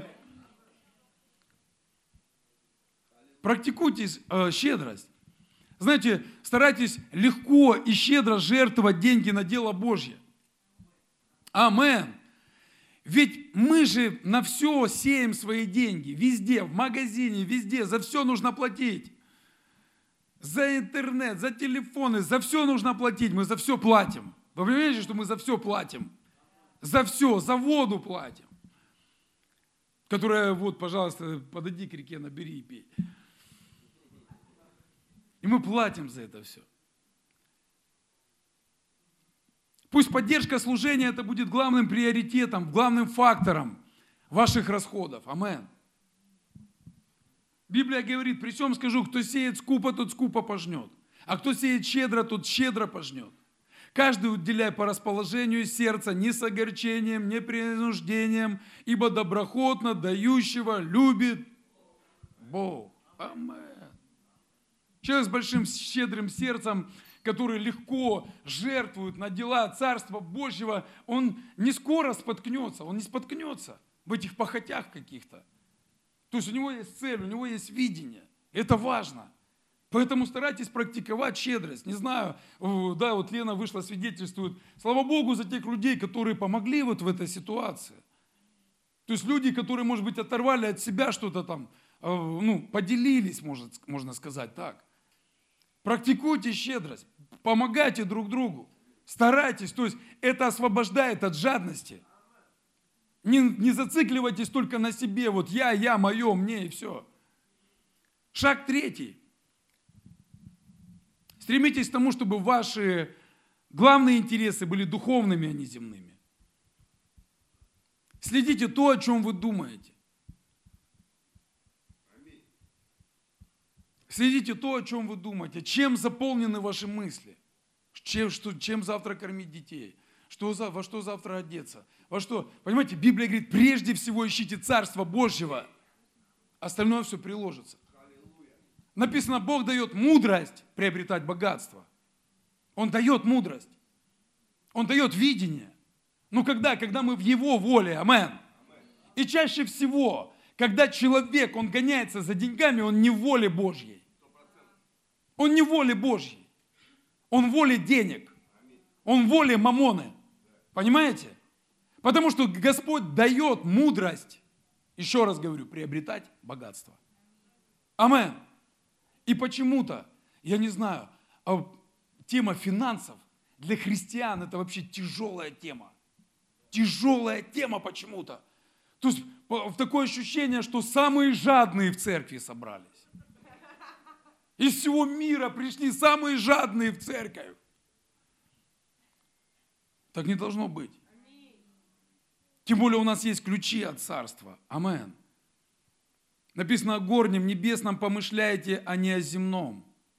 Практикуйте э, щедрость. Знаете, старайтесь легко и щедро жертвовать деньги на дело Божье. Аминь. Ведь мы же на все сеем свои деньги. Везде, в магазине, везде. За все нужно платить. За интернет, за телефоны, за все нужно платить. Мы за все платим. Вы понимаете, что мы за все платим? За все, за воду платим. Которая, вот, пожалуйста, подойди к реке, набери и пей. И мы платим за это все. Пусть поддержка служения это будет главным приоритетом, главным фактором ваших расходов. Аминь. Библия говорит, при всем скажу, кто сеет скупо, тот скупо пожнет. А кто сеет щедро, тот щедро пожнет. Каждый уделяй по расположению сердца, не с огорчением, не принуждением, ибо доброхотно дающего любит Бог. Аминь. Человек с большим щедрым сердцем, который легко жертвует на дела Царства Божьего, он не скоро споткнется, он не споткнется в этих похотях каких-то. То есть у него есть цель, у него есть видение. Это важно. Поэтому старайтесь практиковать щедрость. Не знаю, да, вот Лена вышла, свидетельствует. Слава Богу за тех людей, которые помогли вот в этой ситуации. То есть люди, которые, может быть, оторвали от себя что-то там, ну, поделились, может, можно сказать так. Практикуйте щедрость, помогайте друг другу, старайтесь. То есть это освобождает от жадности. Не, не зацикливайтесь только на себе, вот я, я, мое, мне и все. Шаг третий. Стремитесь к тому, чтобы ваши главные интересы были духовными, а не земными. Следите то, о чем вы думаете. Следите то, о чем вы думаете. Чем заполнены ваши мысли. Чем, что, чем завтра кормить детей. Что, во что завтра одеться. Во что? Понимаете, Библия говорит, прежде всего ищите Царство Божьего. Остальное все приложится. Написано, Бог дает мудрость приобретать богатство. Он дает мудрость. Он дает видение. Но когда? Когда мы в Его воле. Амен. И чаще всего, когда человек, он гоняется за деньгами, он не в воле Божьей. Он не в воле Божьей. Он в воле денег. Он в воле мамоны. Понимаете? Потому что Господь дает мудрость, еще раз говорю, приобретать богатство. Амен. И почему-то, я не знаю, тема финансов для христиан это вообще тяжелая тема. Тяжелая тема почему-то. То есть такое ощущение, что самые жадные в церкви собрались. Из всего мира пришли самые жадные в церковь. Так не должно быть. Тем более у нас есть ключи от царства. Амен. Написано, о горнем, небесном помышляйте, а не о земном.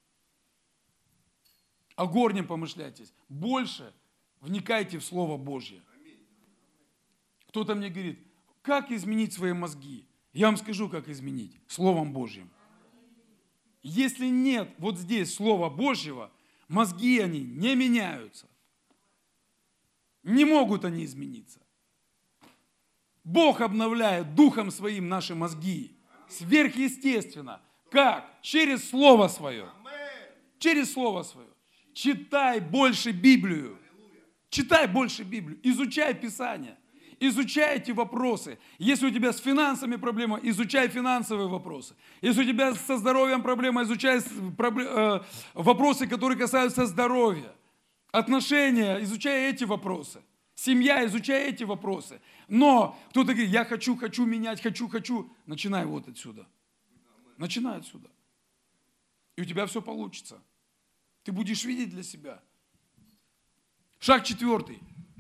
О горнем помышляйтесь. Больше вникайте в Слово Божье. Кто-то мне говорит, как изменить свои мозги? Я вам скажу, как изменить. Словом Божьим. Если нет вот здесь Слова Божьего, мозги они не меняются. Не могут они измениться. Бог обновляет Духом Своим наши мозги. Сверхъестественно. Как? Через Слово Свое. Через Слово Свое. Читай больше Библию. Читай больше Библию. Изучай Писание. Изучай эти вопросы. Если у тебя с финансами проблема, изучай финансовые вопросы. Если у тебя со здоровьем проблема, изучай вопросы, которые касаются здоровья. Отношения, изучай эти вопросы. Семья, изучай эти вопросы. Но кто-то говорит, я хочу, хочу менять, хочу, хочу. Начинай вот отсюда. Начинай отсюда. И у тебя все получится. Ты будешь видеть для себя. Шаг четвертый.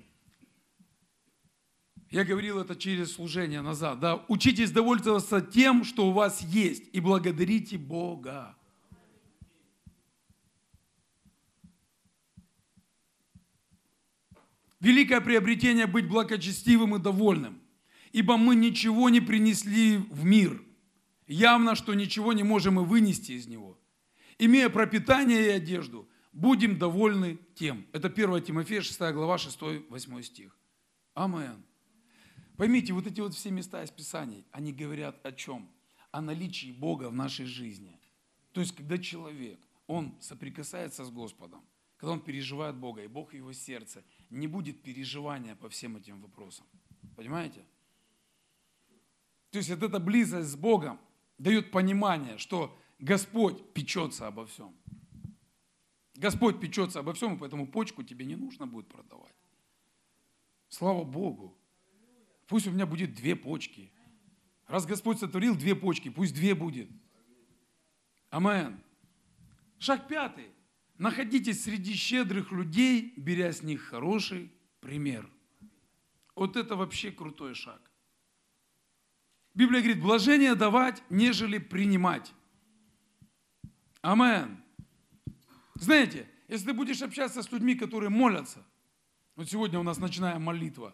Я говорил это через служение назад. Да? Учитесь довольствоваться тем, что у вас есть, и благодарите Бога. Великое приобретение быть благочестивым и довольным, ибо мы ничего не принесли в мир. Явно, что ничего не можем и вынести из него. Имея пропитание и одежду, будем довольны тем. Это первое Тимофея, шестая глава, шестой-восьмой стих. Амин. Поймите, вот эти вот все места из Писаний, они говорят о чем? О наличии Бога в нашей жизни. То есть, когда человек, он соприкасается с Господом, когда он переживает Бога, и Бог в его сердце, не будет переживания по всем этим вопросам. Понимаете? То есть, вот эта близость с Богом дает понимание, что Господь печется обо всем. Господь печется обо всем, и поэтому почку тебе не нужно будет продавать. Слава Богу. Пусть у меня будет две почки. Раз Господь сотворил две почки, пусть две будет. Амен. Шаг пятый. Находитесь среди щедрых людей, беря с них хороший пример. Вот это вообще крутой шаг. Библия говорит, блажение давать, нежели принимать. Амен. Знаете, если ты будешь общаться с людьми, которые молятся, вот сегодня у нас ночная молитва,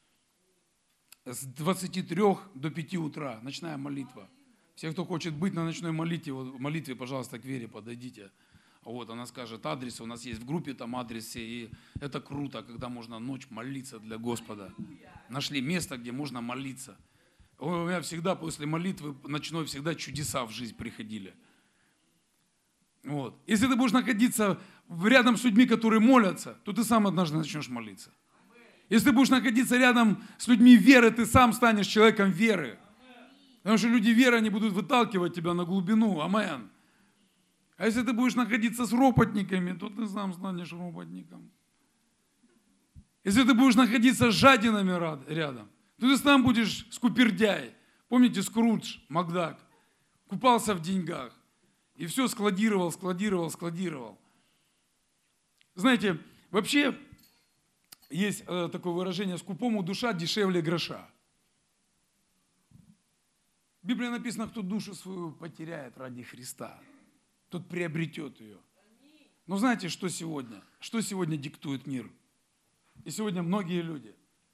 с двадцати трёх до пяти утра, ночная молитва. Все, кто хочет быть на ночной молитве, молитве, пожалуйста, к Вере подойдите. Вот, она скажет адрес, у нас есть в группе там адрес, и это круто, когда можно ночь молиться для Господа. Нашли место, где можно молиться. У меня всегда после молитвы ночной всегда чудеса в жизнь приходили. Вот. Если ты будешь находиться рядом с людьми, которые молятся, то ты сам однажды начнешь молиться. Если ты будешь находиться рядом с людьми веры, ты сам станешь человеком веры. Потому что люди веры, они будут выталкивать тебя на глубину. Амен. А если ты будешь находиться с ропотниками, то ты сам станешь ропотником. Если ты будешь находиться с жадинами рядом, то ты сам будешь скупердяй. Помните, Скрудж Макдак купался в деньгах и все складировал, складировал, складировал. Знаете, вообще есть такое выражение: скупому душа дешевле гроша. В Библии написано: кто душу свою потеряет ради Христа, тот приобретет ее. Но знаете, что сегодня? Что сегодня диктует мир? И сегодня многие люди,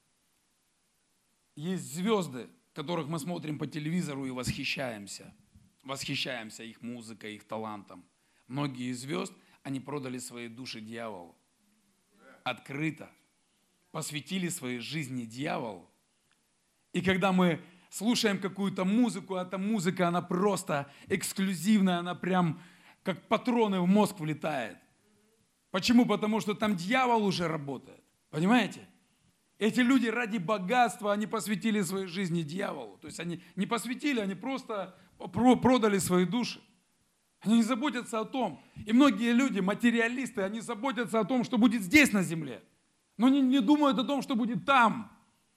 есть звезды, которых мы смотрим по телевизору и восхищаемся. Восхищаемся их музыкой, их талантом. Многие из звезд, они продали свои души дьяволу. Открыто. Посвятили своей жизни дьяволу. И когда мы слушаем какую-то музыку, а эта музыка, она просто эксклюзивная, она прям как патроны в мозг влетает. Почему? Потому что там дьявол уже работает. Понимаете? Эти люди ради богатства, они посвятили своей жизни дьяволу. То есть они не посвятили, они просто продали свои души. Они не заботятся о том. И многие люди, материалисты, они заботятся о том, что будет здесь на земле. Но не, не думают о том, что будет там.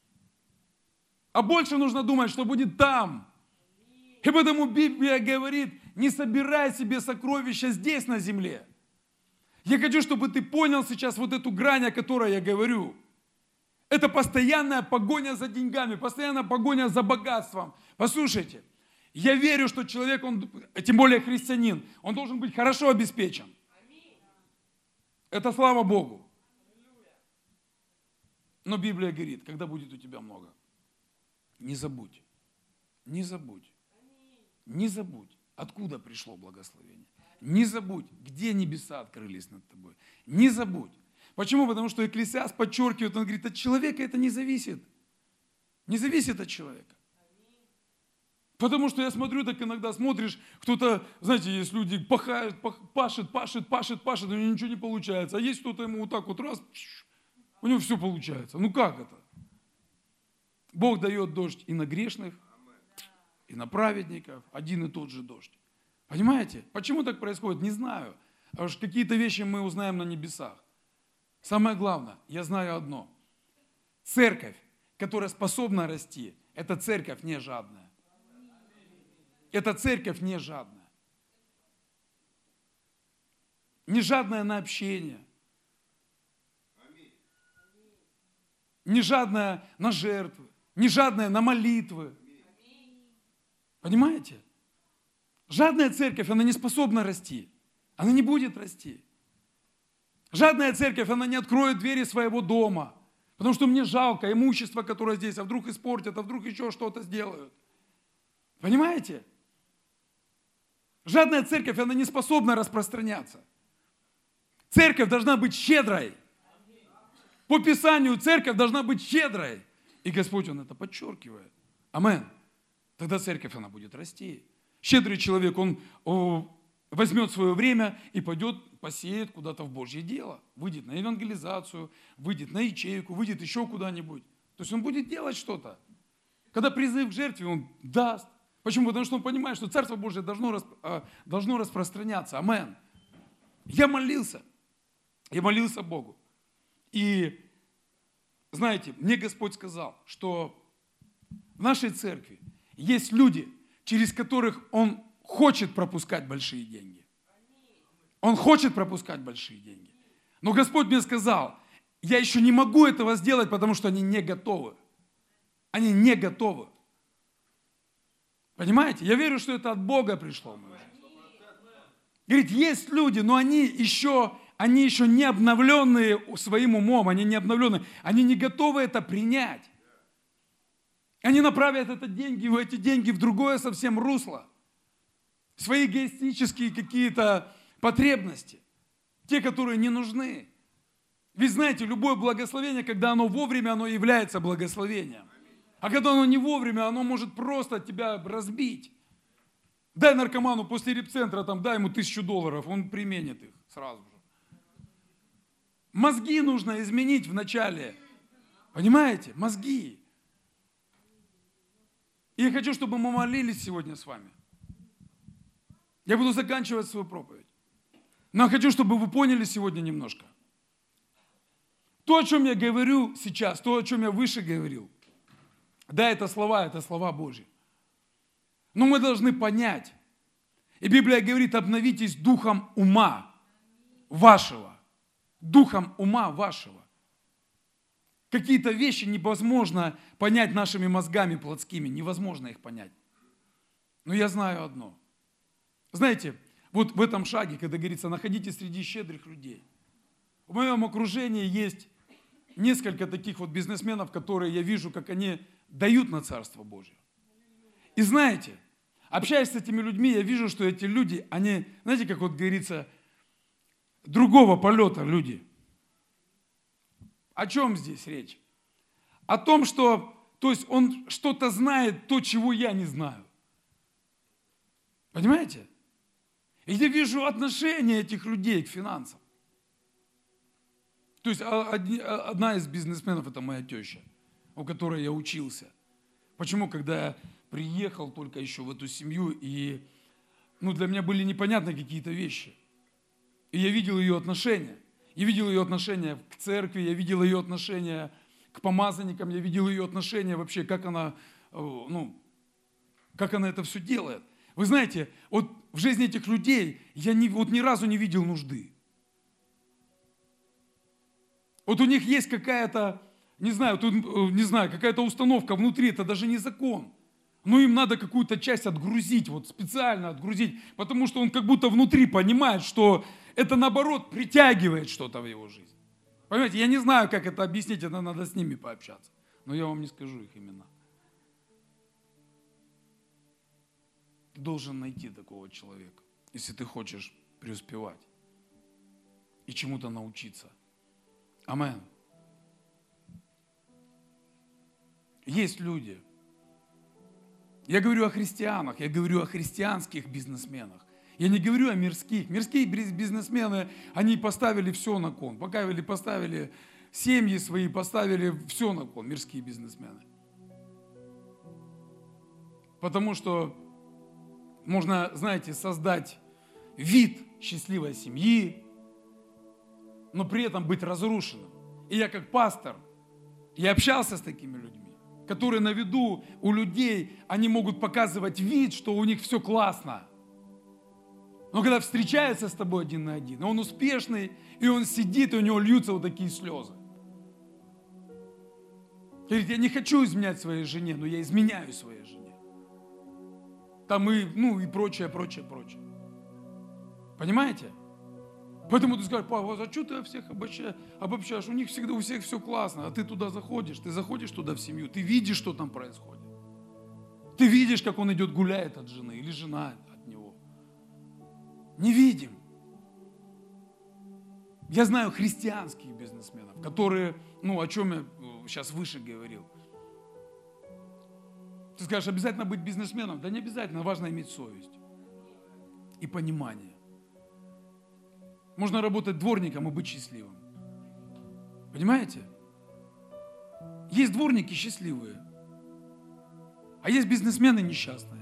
А больше нужно думать, что будет там. И поэтому Библия говорит: не собирай себе сокровища здесь на земле. Я хочу, чтобы ты понял сейчас вот эту грань, о которой я говорю. Это постоянная погоня за деньгами, постоянная погоня за богатством. Послушайте, я верю, что человек, он, тем более христианин, он должен быть хорошо обеспечен. Это слава Богу. Но Библия говорит: когда будет у тебя много, не забудь, не забудь, не забудь, откуда пришло благословение. Не забудь, где небеса открылись над тобой. Не забудь. Почему? Потому что Экклесиаст подчеркивает, он говорит: от человека это не зависит. Не зависит от человека. Потому что я смотрю, так иногда смотришь, кто-то, знаете, есть люди, пахают, пашет, пашет, пашет, пашет, у него ничего не получается. А есть кто-то ему вот так вот раз, у него все получается. Ну как это? Бог дает дождь и на грешных, и на праведников, один и тот же дождь. Понимаете? Почему так происходит? Не знаю. Потому что какие-то вещи мы узнаем на небесах. Самое главное, я знаю одно. Церковь, которая способна расти, это церковь не жадная. Это церковь не жадная. Не жадная на общение. Не жадная на жертвы. Не жадная на молитвы. Понимаете? Жадная церковь, она не способна расти. Она не будет расти. Жадная церковь, она не откроет двери своего дома. Потому что мне жалко имущество, которое здесь, а вдруг испортят, а вдруг еще что-то сделают. Понимаете? Жадная церковь, она не способна распространяться. Церковь должна быть щедрой. По Писанию церковь должна быть щедрой. И Господь, Он это подчеркивает. Амен. Тогда церковь, она будет расти. Щедрый человек, он о, возьмет свое время и пойдет, посеет куда-то в Божье дело. Выйдет на евангелизацию, выйдет на ячейку, выйдет еще куда-нибудь. То есть он будет делать что-то. Когда призыв к жертве, он даст. Почему? Потому что он понимает, что Царство Божье должно, должно распространяться. Амен. Я молился. Я молился Богу. И, знаете, мне Господь сказал, что в нашей церкви есть люди, через которых Он хочет пропускать большие деньги. Он хочет пропускать большие деньги. Но Господь мне сказал, я еще не могу этого сделать, потому что они не готовы. Они не готовы. Понимаете? Я верю, что это от Бога пришло. Говорит, есть люди, но они еще, они еще не обновленные своим умом, они не обновленные, они не готовы это принять. Они направят это деньги, эти деньги в другое совсем русло. Свои эгоистические какие-то потребности. Те, которые не нужны. Ведь знаете, любое благословение, когда оно вовремя, оно является благословением. А когда оно не вовремя, оно может просто тебя разбить. Дай наркоману после репцентра, там, дай ему тысячу долларов, он применит их сразу же. Мозги нужно изменить вначале. Понимаете? Мозги. И я хочу, чтобы мы молились сегодня с вами. Я буду заканчивать свою проповедь. Но я хочу, чтобы вы поняли сегодня немножко. То, о чем я говорю сейчас, то, о чем я выше говорил, да, это слова, это слова Божьи. Но мы должны понять. И Библия говорит, обновитесь духом ума вашего. Духом ума вашего. Какие-то вещи невозможно понять нашими мозгами плотскими. Невозможно их понять. Но я знаю одно. Знаете, вот в этом шаге, когда говорится, находитесь среди щедрых людей. В моем окружении есть несколько таких вот бизнесменов, которые я вижу, как они дают на Царство Божие. И знаете, общаясь с этими людьми, я вижу, что эти люди, они, знаете, как вот говорится, другого полета люди. О чем здесь речь? О том, что, то есть он что-то знает, то, чего я не знаю. Понимаете? И я вижу отношение этих людей к финансам. То есть одна из бизнесменов, это моя теща, у которой я учился. Почему, когда я приехал только еще в эту семью, и ну, для меня были непонятны какие-то вещи. И я видел ее отношения. Я видел ее отношение к церкви, я видел ее отношение к помазанникам, я видел ее отношение вообще, как она, ну, как она это все делает. Вы знаете, вот в жизни этих людей я ни, вот ни разу не видел нужды. Вот у них есть какая-то, не знаю, тут, не знаю, какая-то установка внутри, это даже не закон. Но им надо какую-то часть отгрузить, вот специально отгрузить, потому что он как будто внутри понимает, что это наоборот притягивает что-то в его жизнь. Понимаете, я не знаю, как это объяснить, это надо с ними пообщаться. Но я вам не скажу их имена. Ты должен найти такого человека, если ты хочешь преуспевать и чему-то научиться. Амин. Есть люди. Я говорю о христианах, я говорю о христианских бизнесменах. Я не говорю о мирских. Мирские бизнесмены, они поставили все на кон. Поставили, поставили семьи свои, поставили все на кон, мирские бизнесмены. Потому что можно, знаете, создать вид счастливой семьи, но при этом быть разрушенным. И я как пастор, я общался с такими людьми, которые на виду у людей, они могут показывать вид, что у них все классно. Но когда встречается с тобой один на один, он успешный, и он сидит, и у него льются вот такие слезы. Говорит, я не хочу изменять своей жене, но я изменяю своей жене. Там и, ну, и прочее, прочее, прочее. Понимаете? Поэтому ты скажешь, Павел, а что ты всех обобщаешь? обобщаешь? У них всегда, у всех все классно, а ты туда заходишь, ты заходишь туда в семью, ты видишь, что там происходит. Ты видишь, как он идет, гуляет от жены, или жена от него. Не видим. Я знаю христианских бизнесменов, которые, ну, о чем я сейчас выше говорил. Ты скажешь, обязательно быть бизнесменом? Да не обязательно, важно иметь совесть и понимание. Можно работать дворником и быть счастливым. Понимаете? Есть дворники счастливые, а есть бизнесмены несчастные.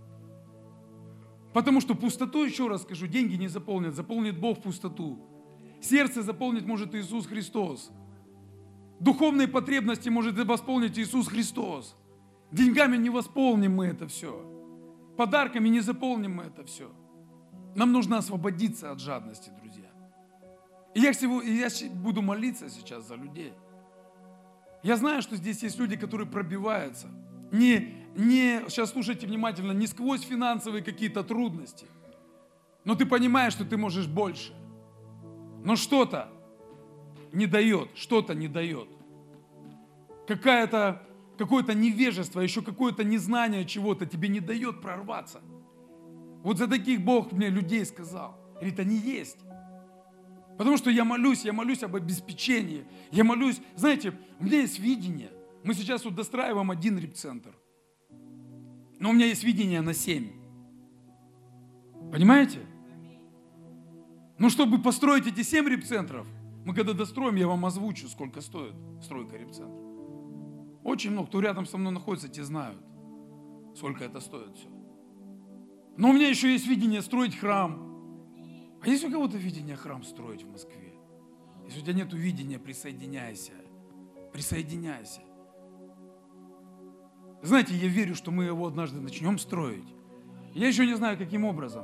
Потому что пустоту, еще раз скажу, деньги не заполнят, заполнит Бог пустоту. Сердце заполнить может Иисус Христос. Духовные потребности может восполнить Иисус Христос. Деньгами не восполним мы это все. Подарками не заполним мы это все. Нам нужно освободиться от жадности, друзья. И я, я буду молиться сейчас за людей. Я знаю, что здесь есть люди, которые пробиваются. Не, не, сейчас слушайте внимательно, не сквозь финансовые какие-то трудности. Но ты понимаешь, что ты можешь больше. Но что-то не дает, что-то не дает. Какая-то, какое-то невежество, еще какое-то незнание чего-то тебе не дает прорваться. Вот за таких Бог мне людей сказал. Говорит, они есть. Потому что я молюсь, я молюсь об обеспечении. Я молюсь, знаете, у меня есть видение. Мы сейчас вот достраиваем один репцентр. Но у меня есть видение на семь. Понимаете? Но чтобы построить эти семь репцентров, мы когда достроим, я вам озвучу, сколько стоит стройка репцентра. Очень много, кто рядом со мной находится, те знают, сколько это стоит все. Но у меня еще есть видение строить храм. А есть у кого-то видение храм строить в Москве? Если у тебя нет видения, присоединяйся. Присоединяйся. Знаете, я верю, что мы его однажды начнем строить. Я еще не знаю, каким образом.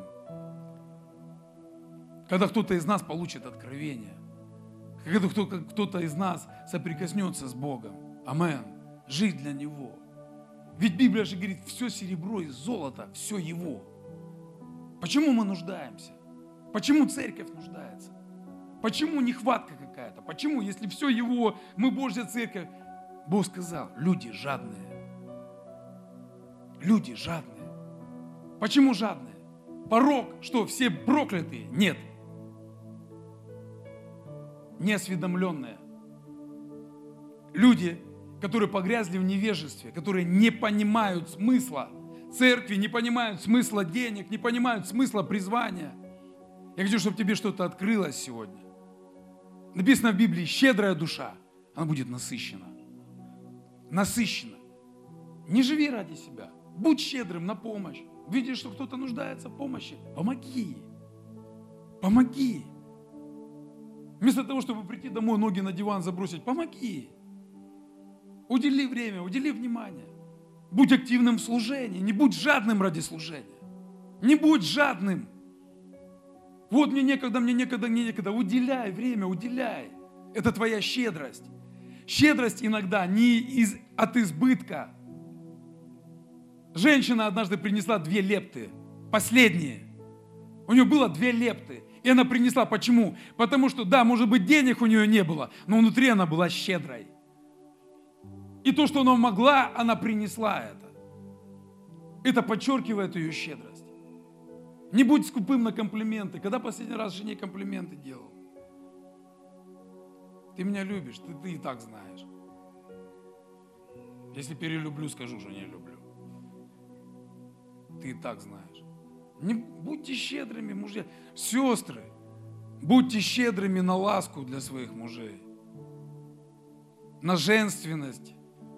Когда кто-то из нас получит откровение. Когда кто-то из нас соприкоснется с Богом. Амен. Жить для Него. Ведь Библия же говорит, все серебро и золото, все Его. Почему мы нуждаемся? Почему церковь нуждается? Почему нехватка какая-то? Почему, если все Его, мы Божья церковь? Бог сказал, люди жадные. Люди жадные. Почему жадные? Порок, что все проклятые? Нет. Неосведомленные. Люди, которые погрязли в невежестве, которые не понимают смысла церкви, не понимают смысла денег, не понимают смысла призвания. Я хочу, чтобы тебе что-то открылось сегодня. Написано в Библии, щедрая душа, она будет насыщена. Насыщена. Не живи ради себя. Будь щедрым на помощь. Видишь, что кто-то нуждается в помощи, помоги. Помоги. Вместо того, чтобы прийти домой, ноги на диван забросить, помоги. Удели время, удели внимание. Будь активным в служении, не будь жадным ради служения. Не будь жадным. Вот мне некогда, мне некогда, мне некогда. Уделяй время, уделяй. Это твоя щедрость. Щедрость иногда не из, от избытка. Женщина однажды принесла две лепты, последние. У нее было две лепты. И она принесла. Почему? Потому что, да, может быть, денег у нее не было, но внутри она была щедрой. И то, что она могла, она принесла это. Это подчеркивает ее щедрость. Не будь скупым на комплименты. Когда последний раз жене комплименты делал? Ты меня любишь, ты, ты и так знаешь. Если перелюблю, скажу, что не люблю. Ты и так знаешь. Не будьте щедрыми, мужья. Сестры, будьте щедрыми на ласку для своих мужей. На женственность.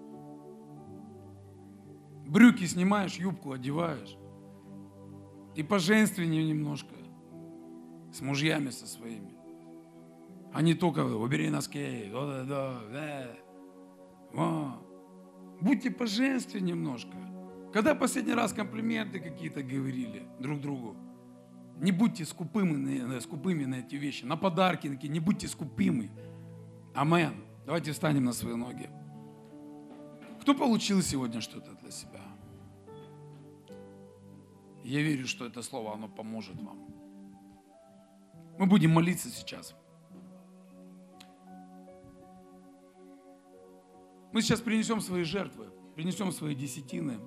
Брюки снимаешь, юбку одеваешь. И поженственнее немножко. С мужьями со своими. А не только убери носки. Да, да, да. О. Будьте поженственнее немножко. Когда последний раз комплименты какие-то говорили друг другу? Не будьте скупыми, скупыми на эти вещи. На подарки не будьте скупыми. Амен. Давайте встанем на свои ноги. Кто получил сегодня что-то для себя? Я верю, что это слово, оно поможет вам. Мы будем молиться сейчас. Мы сейчас принесем свои жертвы, принесем свои десятины.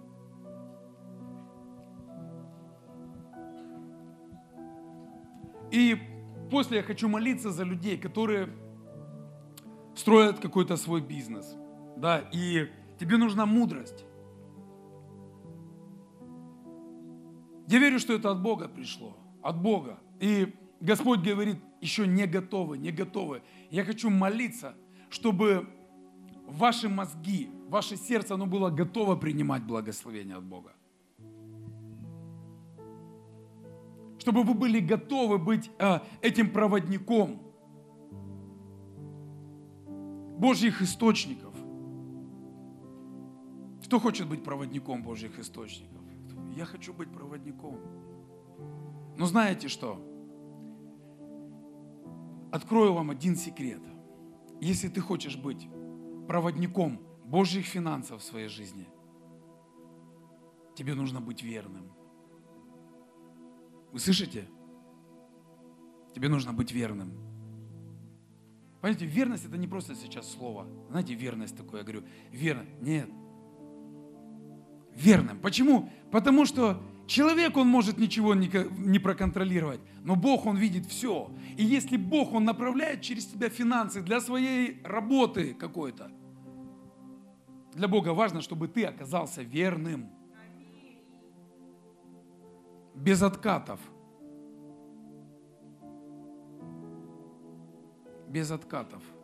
И после я хочу молиться за людей, которые строят какой-то свой бизнес. Да, и тебе нужна мудрость. Я верю, что это от Бога пришло. От Бога. И Господь говорит, еще не готовы, не готовы. Я хочу молиться, чтобы ваши мозги, ваше сердце, оно было готово принимать благословение от Бога. Чтобы вы были готовы быть э, этим проводником Божьих источников. Кто хочет быть проводником Божьих источников? Я хочу быть проводником. Но знаете что? Открою вам один секрет. Если ты хочешь быть проводником Божьих финансов в своей жизни, тебе нужно быть верным. Вы слышите? Тебе нужно быть верным. Понимаете, верность это не просто сейчас слово. Знаете, верность такое, я говорю, верно. Нет. Верным. Почему? Потому что человек, он может ничего не, не проконтролировать, но Бог, он видит все. И если Бог, он направляет через тебя финансы для своей работы какой-то, для Бога важно, чтобы ты оказался верным. Без откатов. без откатов.